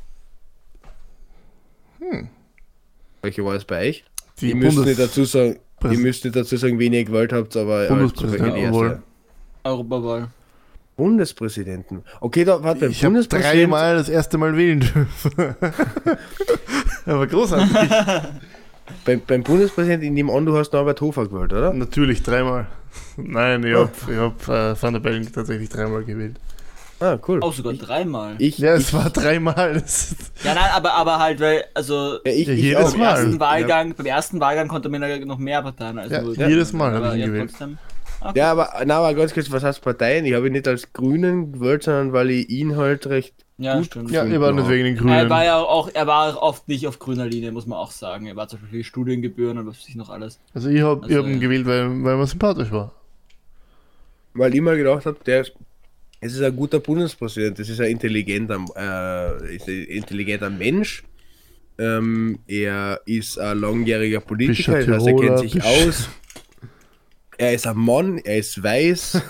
Hm. Welche war es bei euch? Die Ihr müsst Bundes- nicht dazu sagen, Präs- ihr müsst nicht dazu sagen, wen ihr gewählt habt, aber äh, Bundespräsidentenwahl. Europawahl. Bundespräsidenten. Okay, da warte, beim Ich habe Bundespräsidenten. dreimal das erste Mal wählen dürfen. Aber großartig. Beim, beim Bundespräsidenten, in dem an, du hast Norbert Hofer gewählt, oder? Natürlich dreimal. Nein, ich habe ich hab, äh, Van der Bellen tatsächlich dreimal gewählt. Ah, cool. Auch sogar dreimal. Ich, Ja, ich, es war dreimal. Das ist- Ja, nein, aber, aber halt, weil, also, ja, ich, Ja, ich jedes auch. beim Mal. ersten Wahlgang, beim ersten Wahlgang konnte man ja noch mehr Parteien als Ja, nur- jedes Mal habe aber ich ihn ja, gewählt. trotzdem. Ja, aber, na, aber ganz kurz, was heißt Parteien? Ich habe ihn nicht als Grünen gewählt, sondern weil ich ihn halt recht Ja, gut stimmt. Ja, ihr wart nicht wegen den Grünen. Er war ja auch, er war oft nicht auf grüner Linie, muss man auch sagen. Er war zum Beispiel für Studiengebühren und was weiß ich noch alles. Also ich habe Also, ich hab ihn ja. gewählt, weil, weil man sympathisch war. weil ich immer gedacht habe, der ist, es ist ein guter Bundespräsident, das ist ein intelligenter, äh, ist ein intelligenter Mensch. Ähm, er ist ein langjähriger Politiker, das heißt, er kennt sich Bist- aus. Er ist ein Mann, er ist weiß,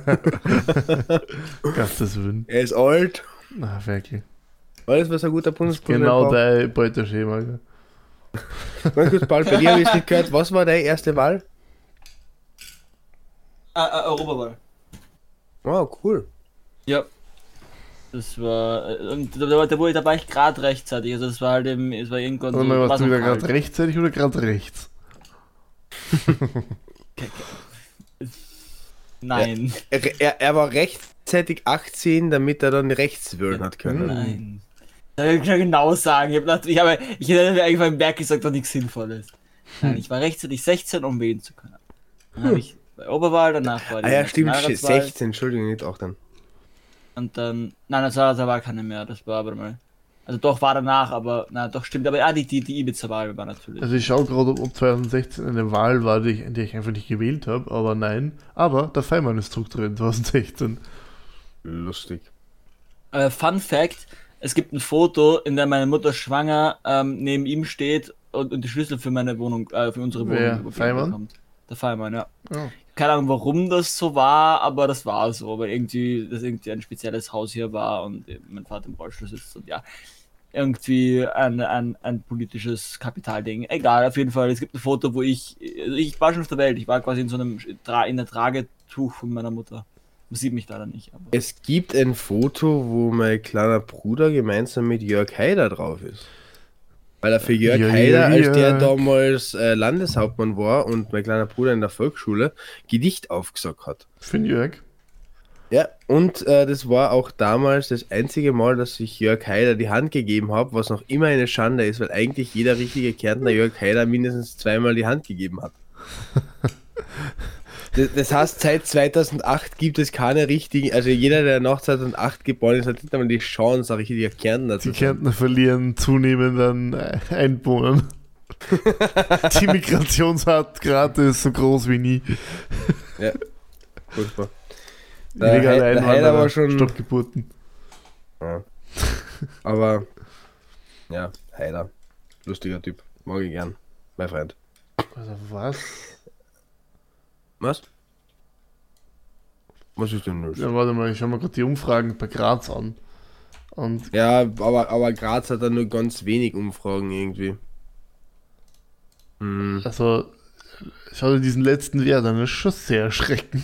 Gottes Willen. er ist alt. Na, wirklich. Alles, was ein guter Bundespräsident Genau braucht. dein Beuteschema. Gell? Ganz kurz, Paul, bei dir habe ich es nicht gehört. Was war deine erste Wahl? Ah, ah, Europawahl. Wow, cool. Ja. Das war, äh, und da, da, da, wurde, da war ich gerade rechtzeitig, also das war halt eben, es war irgendwann Und dann warst war du so wieder kalt. gerade rechtzeitig oder gerade rechts? Nein. Er, er, er war rechtzeitig achtzehn, damit er dann rechts wählen hat können. Nein. Das kann ich schon genau sagen. Ich, hab gedacht, ich, habe, ich hätte mir eigentlich beim Berg gesagt, dass nichts Sinnvolles. Nein, ich war rechtzeitig sechzehn, um wählen zu können. Dann habe ich bei Oberwahl, danach war die Ah ja, stimmt, Nationalratswahl sechzehn, Entschuldigung, nicht auch dann. und dann, nein, das war, das war keine mehr, das war aber mal, also doch war danach, aber, na doch stimmt, aber ja, die, die, die Ibiza-Wahl war natürlich. Also ich schaue gerade, ob zwanzig sechzehn eine Wahl war, die ich, in der ich einfach nicht gewählt habe, aber nein. Aber der Feimann ist zurückgetreten, zwanzig sechzehn. Lustig. Äh, Fun Fact, es gibt ein Foto, in dem meine Mutter schwanger ähm, neben ihm steht und, und die Schlüssel für meine Wohnung, äh, für unsere Wohnung Wer? übergeben Feimann? bekommt. Der Feimann, ja. Oh. Keine Ahnung, warum das so war, aber das war so, weil irgendwie das irgendwie ein spezielles Haus hier war und eben mein Vater im Rollstuhl sitzt und ja, irgendwie ein, ein, ein politisches Kapitalding. Egal, auf jeden Fall, es gibt ein Foto, wo ich, also ich war schon auf der Welt, ich war quasi in so einem, Tra- in der Tragetuch von meiner Mutter. Man sieht mich leider nicht. Aber Es gibt ein Foto, wo mein kleiner Bruder gemeinsam mit Jörg Haider drauf ist. Weil er für Jörg Jörg. Haider, als der damals äh, Landeshauptmann war und mein kleiner Bruder in der Volksschule, Gedicht aufgesagt hat. Für den Jörg. Ja, und äh, das war auch damals das einzige Mal, dass ich Jörg Haider die Hand gegeben habe, was noch immer eine Schande ist, weil eigentlich jeder richtige Kärntner Jörg Haider mindestens zweimal die Hand gegeben hat. Das, das heißt, seit zweitausendacht gibt es keine richtigen, also jeder, der nach zweitausendacht geboren ist, hat nicht einmal die Chance, ein richtiger Kärntner zu Die sein. Kärntner verlieren zunehmend an äh, Einwohnern. Die Migrationsrate ist so groß wie nie. Ja, furchtbar. Der, Illegale Hei- der Haider Einwanderer, war schon... Stockgeburten. Ja. Aber, ja, Haider. Lustiger Typ. Mag ich gern. Mein Freund. Also was? Was? Was ist denn los? Ja, warte mal, ich schau mal gerade die Umfragen bei Graz an. Und Ja, aber, aber Graz hat da nur ganz wenig Umfragen irgendwie. Hm. also, schau dir diesen letzten Wert an, das ist schon sehr erschreckend.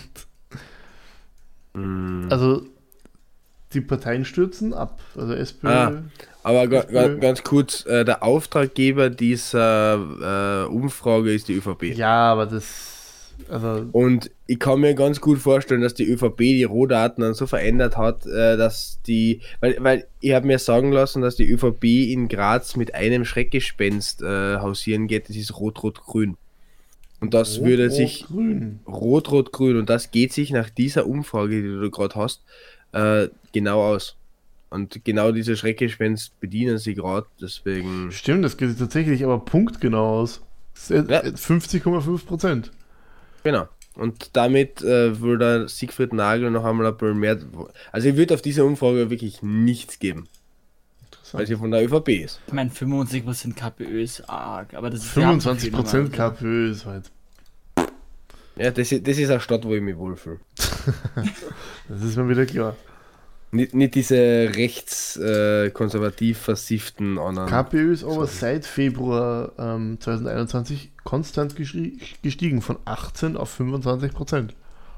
Hm. Also, die Parteien stürzen ab. Also S P Ö. Ah. Aber ga, ga, Nö. ganz kurz, äh, der Auftraggeber dieser äh, Umfrage ist die ÖVP. Ja, aber das. Also, Und ich kann mir ganz gut vorstellen, dass die ÖVP die Rohdaten dann so verändert hat, äh, dass die, weil, weil ich habe mir sagen lassen, dass die ÖVP in Graz mit einem Schreckgespenst äh, hausieren geht, das ist Rot-Rot-Grün. Und das Rot, würde Rot, sich Grün. Rot-Rot-Grün und das geht sich nach dieser Umfrage, die du gerade hast, äh, genau aus. Und genau diese Schreckgespenst bedienen sie gerade, deswegen. Stimmt, das geht tatsächlich aber punktgenau aus. Ja. fünfzig Komma fünf Prozent. Genau. Und damit äh, würde der Siegfried Nagel noch einmal ein bisschen mehr. Also, ich würde auf diese Umfrage wirklich nichts geben, weil sie von der ÖVP ist. ich meine, fünfundsiebzig Prozent KPÖ ist arg, aber das ist fünfundzwanzig ja, Prozent KPÖ ist halt. Ja, das, ist- das ist eine Stadt, wo ich mich wohlfühle. Das ist mir wieder klar. Nicht, nicht diese rechts äh, konservativ versifften anderen. KPÖ ist aber seit Februar ähm, zwanzig einundzwanzig konstant geschrie- gestiegen von achtzehn auf fünfundzwanzig Prozent.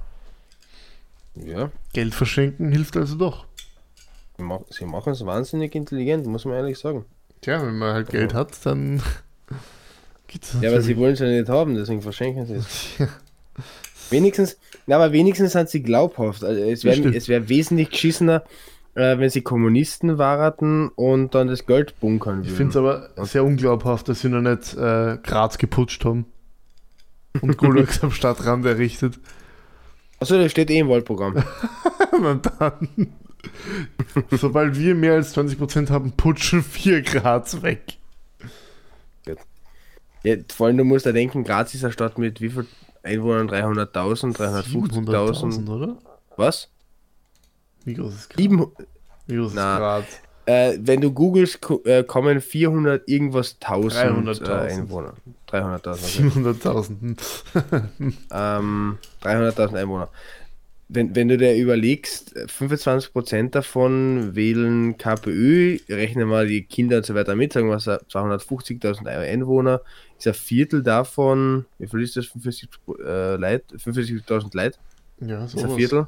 Ja, Geld verschenken hilft also doch. sie mach- sie machen es wahnsinnig intelligent, muss man ehrlich sagen. Tja, wenn man halt Geld hat, dann geht's Ja, aber sie natürlich. wollen es ja nicht haben, deswegen verschenken sie es. Wenigstens, na, aber wenigstens sind sie glaubhaft. Also es wäre stimmt. es wär wesentlich geschissener, äh, wenn sie Kommunisten waren und dann das Geld bunkern Ich würden. finde es aber sehr unglaubhaft, dass sie noch nicht äh, Graz geputscht haben und Gulags am Stadtrand errichtet. Achso, das steht eh im Wahlprogramm. Na dann. Sobald wir mehr als zwanzig Prozent haben, putschen wir Graz weg. Ja, vor allem, du musst da denken, Graz ist eine Stadt mit wie viel? Einwohnern dreihunderttausend, dreihundertfünfzigtausend. oder? Was? Wie groß ist Graz? Sieben, Wie groß ist Na, Graz? äh, wenn du googelst, ko- äh, kommen vierhundert irgendwas tausend äh, dreihunderttausend. Einwohner. dreihunderttausend. Okay. siebenhunderttausend. ähm, dreihunderttausend Einwohner. Wenn, wenn du dir überlegst, fünfundzwanzig Prozent davon wählen KPÖ, rechne mal die Kinder und so weiter mit, sagen wir zweihundertfünfzigtausend Einwohner, ist ein Viertel davon, wie viel ist das? fünfundvierzig äh, Leute, fünfundvierzigtausend Leute, Ja, ist ein sowas. Viertel.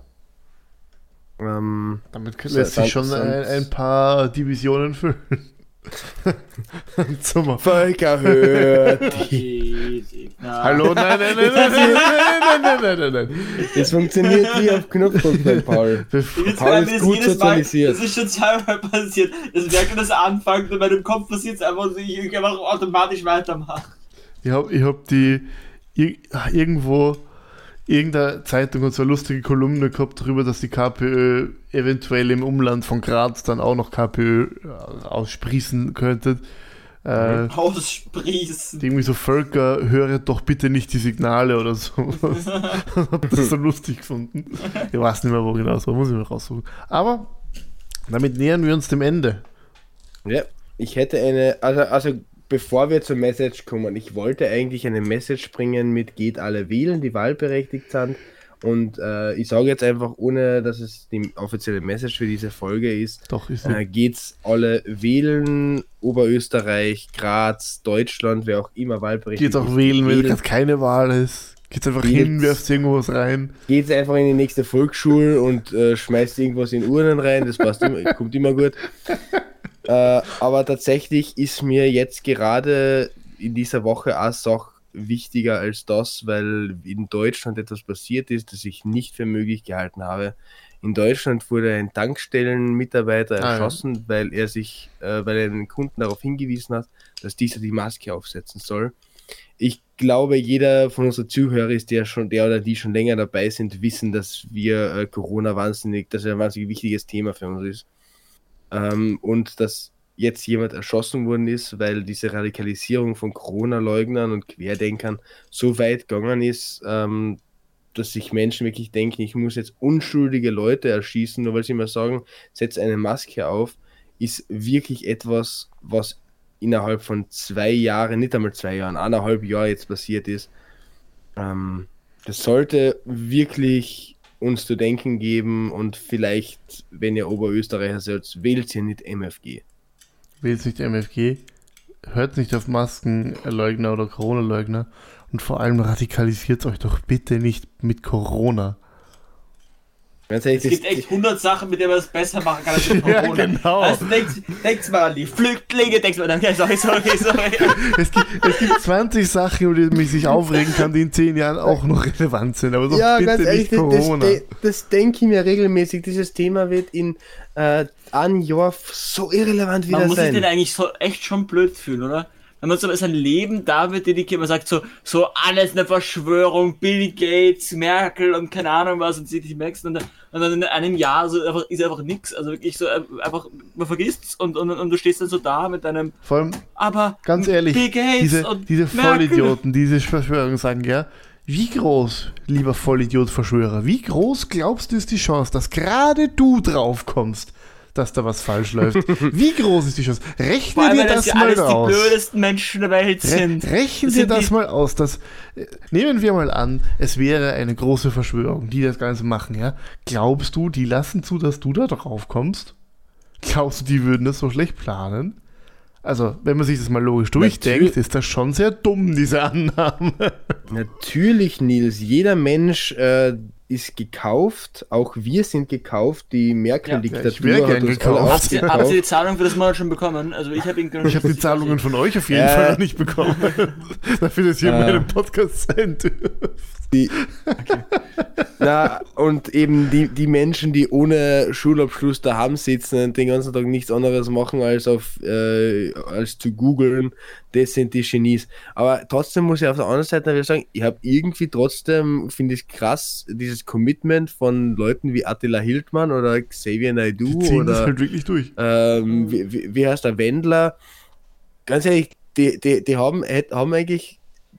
Ähm, Damit So, lässt sich dann- schon dann- ein, ein paar Divisionen füllen. Zum Völker hört. Na, Hallo, nein, nein, nein, nein, nein, nein, nein, nein, nein, nein. Das funktioniert wie auf Knopfdruck bei Paul. Jetzt Paul weil ist mir das gut jedes Mal, sozialisiert. das ist schon zweimal passiert. Das merkt, das anfängt und in meinem Kopf passiert es einfach, dass ich einfach automatisch weitermache. Ich hab, ich hab die ir- irgendwo, irgendeine Zeitung hat so eine lustige Kolumne gehabt darüber, dass die KPÖ eventuell im Umland von Graz dann auch noch KPÖ äh, aussprießen könnte. Äh, Aussprießen. irgendwie so Völker, höret doch bitte nicht die Signale oder so. Hab das so lustig gefunden. Ich weiß nicht mehr, wo genau, so muss ich mal raussuchen. Aber damit nähern wir uns dem Ende. Ja, ich hätte eine, also, also bevor wir zur Message kommen, ich wollte eigentlich eine Message bringen mit geht alle wählen, die wahlberechtigt sind. Und äh, ich sage jetzt einfach, ohne dass es die offizielle Message für diese Folge ist, Doch, ist äh, geht's alle wählen, Oberösterreich, Graz, Deutschland, wer auch immer wahlberechtigt Geht's auch ist. wählen, wenn Wählen. gerade keine Wahl ist. Geht's einfach Geht's- hin, werft irgendwas rein. Geht's einfach in die nächste Volksschule und äh, schmeißt irgendwas in Urnen rein, das passt immer, kommt immer gut. Äh, aber tatsächlich ist mir jetzt gerade in dieser Woche auch Sache wichtiger als das, weil in Deutschland etwas passiert ist, das ich nicht für möglich gehalten habe. In Deutschland wurde ein Tankstellenmitarbeiter Ah, ja. erschossen, weil er sich, äh, weil er den Kunden darauf hingewiesen hat, dass dieser die Maske aufsetzen soll. Ich glaube, jeder von unseren Zuhörern ist der schon, der oder die schon länger dabei sind, wissen, dass wir äh, Corona wahnsinnig, dass es ein wahnsinnig wichtiges Thema für uns ist. Ähm, und dass jetzt jemand erschossen worden ist, weil diese Radikalisierung von Corona-Leugnern und Querdenkern so weit gegangen ist, ähm, dass sich Menschen wirklich denken, ich muss jetzt unschuldige Leute erschießen, nur weil sie mir sagen, setz eine Maske auf, ist wirklich etwas, was innerhalb von zwei Jahren, nicht einmal zwei Jahren, eineinhalb Jahre jetzt passiert ist. Ähm, das sollte wirklich uns zu denken geben und vielleicht, wenn ihr Oberösterreicher seid, wählt ihr nicht M F G. Wählt nicht M F G, hört nicht auf Maskenleugner oder Corona-Leugner und vor allem radikalisiert euch doch bitte nicht mit Corona. Ganz ehrlich, Es gibt das- echt hundert Sachen, mit denen man es besser machen kann als mit Ja, Corona. genau. Also denkt, denkt mal an die Flüchtlinge, denkt mal an, sorry, sorry, sorry. Es gibt, es gibt zwanzig Sachen, über die man sich aufregen kann, die in zehn Jahren auch noch relevant sind, aber doch ja, bitte ganz ehrlich, nicht das, das, Corona. das, das denke ich mir regelmäßig. Dieses Thema wird in äh, einem Jahr so irrelevant wieder Man muss sich sein. den eigentlich so echt schon blöd fühlen, oder? Wenn man so sein Leben damit dedikiert, man sagt so, so alles eine Verschwörung, Bill Gates, Merkel und keine Ahnung was und sieht die Max und, und dann in einem Jahr so einfach, ist einfach nix, also wirklich so äh, einfach, man vergisst's und, und, und du stehst dann so da mit deinem, Vor allem, aber ganz ehrlich, Bill Gates diese, und diese Merkel. Vollidioten, diese Verschwörungen sagen, ja, wie groß, lieber Vollidiot-Verschwörer, wie groß glaubst du ist die Chance, dass gerade du drauf kommst, dass da was falsch läuft? Wie groß ist die Chance? Vor Rechne allem, dir weil das das ja mal alles die aus. blödesten Menschen der Welt Re sind. rechnen Das dir sind das die- mal aus. Dass, äh, nehmen wir mal an, es wäre eine große Verschwörung, die das Ganze machen, ja? Glaubst du, die lassen zu, dass du da drauf kommst? Glaubst du, die würden das so schlecht planen? Also, wenn man sich das mal logisch durchdenkt, Natürlich. ist das schon sehr dumm, diese Annahme. Natürlich, Nils. Jeder Mensch äh, ist gekauft. Auch wir sind gekauft. Die Merkel-Diktatur Ja, ich wär gern hat uns gekauft. alle Habt ihr, habt ihr aufgekauft. die Zahlung für das Monat schon bekommen? Also ich habe ihn Ich habe die Zahlungen von euch auf jeden Äh. Fall noch nicht bekommen. Dafür, dass ihr in Äh. meinem Podcast sein dürft. Die, Na, und eben die, die Menschen, die ohne Schulabschluss daheim sitzen und den ganzen Tag nichts anderes machen, als auf äh, als zu googeln, das sind die Genies. Aber trotzdem muss ich auf der anderen Seite wieder sagen, ich habe irgendwie trotzdem, finde ich krass, dieses Commitment von Leuten wie Attila Hildmann oder Xavier Die Naidoo ziehen das oder halt wirklich durch. ähm, wie, wie, wie heißt der Wendler? Ganz ehrlich, die, die, die haben, hätt- haben eigentlich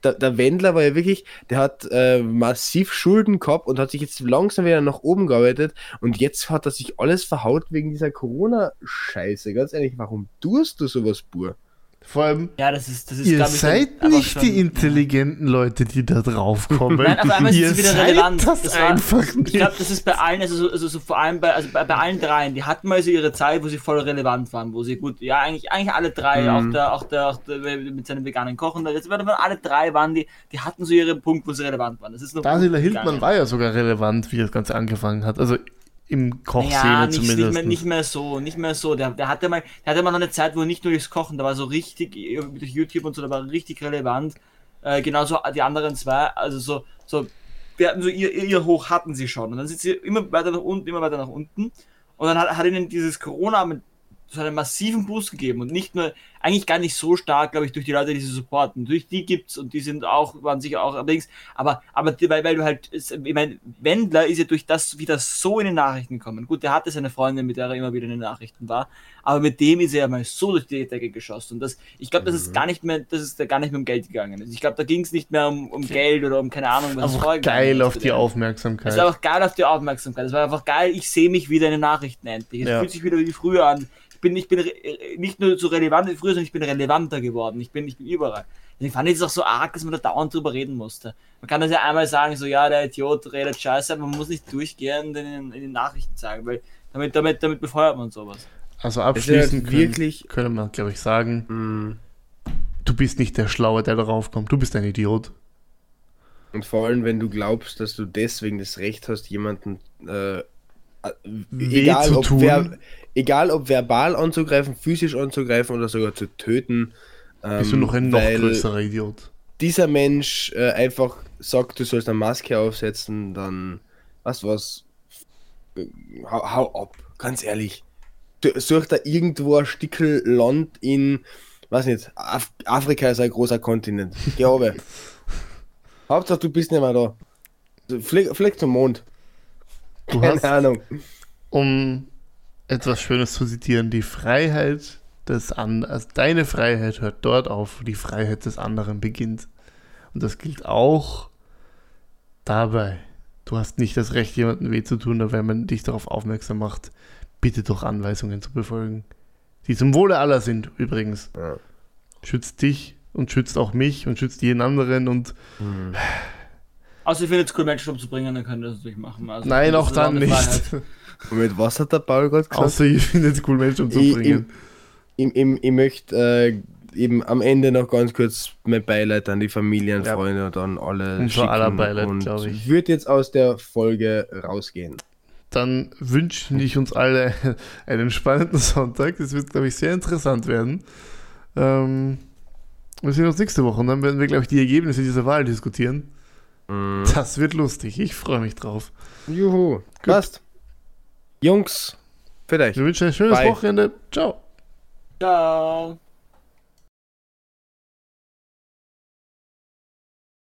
der, der Wendler war ja wirklich, der hat äh, massiv Schulden gehabt und hat sich jetzt langsam wieder nach oben gearbeitet und jetzt hat er sich alles verhaut wegen dieser Corona-Scheiße. Ganz ehrlich, warum tust du sowas, Bur? Vor allem, Ja, das ist, das ist ihr glaub ich, seid dann einfach nicht schon- die intelligenten Leute, die da draufkommen. Nein, auf einmal ist ihr es wieder seid relevant. das, Das war, einfach ich nicht. glaube, das ist bei allen, also, so, also so vor allem bei, also bei, bei allen dreien, die hatten mal so ihre Zeit, wo sie voll relevant waren, wo sie gut, ja, eigentlich, eigentlich alle drei, Mhm. auch der, auch der, auch der mit seinem veganen Kochen, jetzt waren alle drei waren die, die hatten so ihren Punkt, wo sie relevant waren. Das ist noch Basila gut Hildmann gegangen. war ja sogar relevant, wie das Ganze angefangen hat. Also im Kochszene Ja, nicht, nicht, zumindest. mehr, nicht mehr so, nicht mehr so. Der, der hatte mal, der hatte mal noch eine Zeit, wo nicht nur durchs Kochen, da war so richtig, durch YouTube und so, da war richtig relevant. Äh, genauso die anderen zwei, also so, so, wir hatten so ihr, ihr Hoch hatten sie schon. Und dann sind sie immer weiter nach unten, immer weiter nach unten. Und dann hat, hat ihnen dieses Corona mit so einen massiven Boost gegeben und nicht nur, eigentlich gar nicht so stark, glaube ich, durch die Leute, die sie supporten. Durch die gibt's und die sind auch, waren sicher auch allerdings, aber, aber die, weil, weil du halt, ich meine, Wendler ist ja durch das wieder so in den Nachrichten gekommen. Gut, der hatte seine Freundin, mit der er immer wieder in den Nachrichten war, aber mit dem ist er ja mal so durch die Decke geschossen. Und das, ich glaube, das ist gar nicht mehr, das ist da gar nicht mehr um Geld gegangen. Ich glaube, da ging es nicht mehr um, um Geld oder um keine Ahnung, was es Einfach vorher gegangen geil ist auf für die den. Aufmerksamkeit. Es war einfach geil auf die Aufmerksamkeit. Es war einfach geil, ich sehe mich wieder in den Nachrichten endlich. Es Ja. fühlt sich wieder wie früher an. Ich bin, ich bin re nicht nur so relevant wie früher, sondern ich bin relevanter geworden. Ich bin, ich bin überall. Deswegen fand ich es auch so arg, dass man da dauernd drüber reden musste. Man kann das ja einmal sagen, so, ja, der Idiot redet scheiße, aber man muss nicht durchgehend in, den- in den Nachrichten sagen, weil damit, damit, damit befeuert man sowas. Also Es ist abschließend halt können, wirklich- können wir, glaube ich, sagen, Mhm. du bist nicht der Schlaue, der darauf kommt. Du bist ein Idiot. Und vor allem, wenn du glaubst, dass du deswegen das Recht hast, jemanden äh, Weh egal, zu ob tun. ver, egal ob verbal anzugreifen, physisch anzugreifen oder sogar zu töten, ähm, Bist du noch ein noch weil größerer Idiot. dieser Mensch äh, einfach sagt, du sollst eine Maske aufsetzen, dann, weißt du was, äh, hau, hau ab, ganz ehrlich. Du, such da irgendwo ein Stickel Land in, weiß nicht, Af Afrika ist ein großer Kontinent. Geh runter. Hauptsache, du bist nicht mehr da. Flieg, flieg zum Mond. Du Keine hast, Ahnung. um etwas Schönes zu zitieren, die Freiheit des anderen, also deine Freiheit hört dort auf, wo die Freiheit des anderen beginnt. Und das gilt auch dabei. Du hast nicht das Recht, jemandem weh zu tun, aber wenn man dich darauf aufmerksam macht, bitte doch Anweisungen zu befolgen. Die zum Wohle aller sind, übrigens. Ja. Schützt dich und schützt auch mich und schützt jeden anderen und Außer ich finde es cool, Menschen umzubringen, dann können wir das natürlich machen. Also, nein, das auch ist dann eine nicht. Freiheit. Und mit was hat der Paul gerade gesagt? Außer ich finde es cool, Menschen umzubringen. Ich, ich, ich, ich möchte äh, eben am Ende noch ganz kurz mein Beileid an die Familien, Ja. Freunde und an alle Unser aller Beileid, glaub ich. würde jetzt aus der Folge rausgehen. Dann wünschen ich uns alle einen spannenden Sonntag. Das wird, glaube ich, sehr interessant werden. Ähm, wir sehen uns nächste Woche und dann werden wir, glaube ich, die Ergebnisse dieser Wahl diskutieren. Mhm. Das wird lustig. Ich freue mich drauf. Juhu, passt. Jungs, vielleicht. Wir wünschen ein schönes Bye. Wochenende. Ciao. Ciao.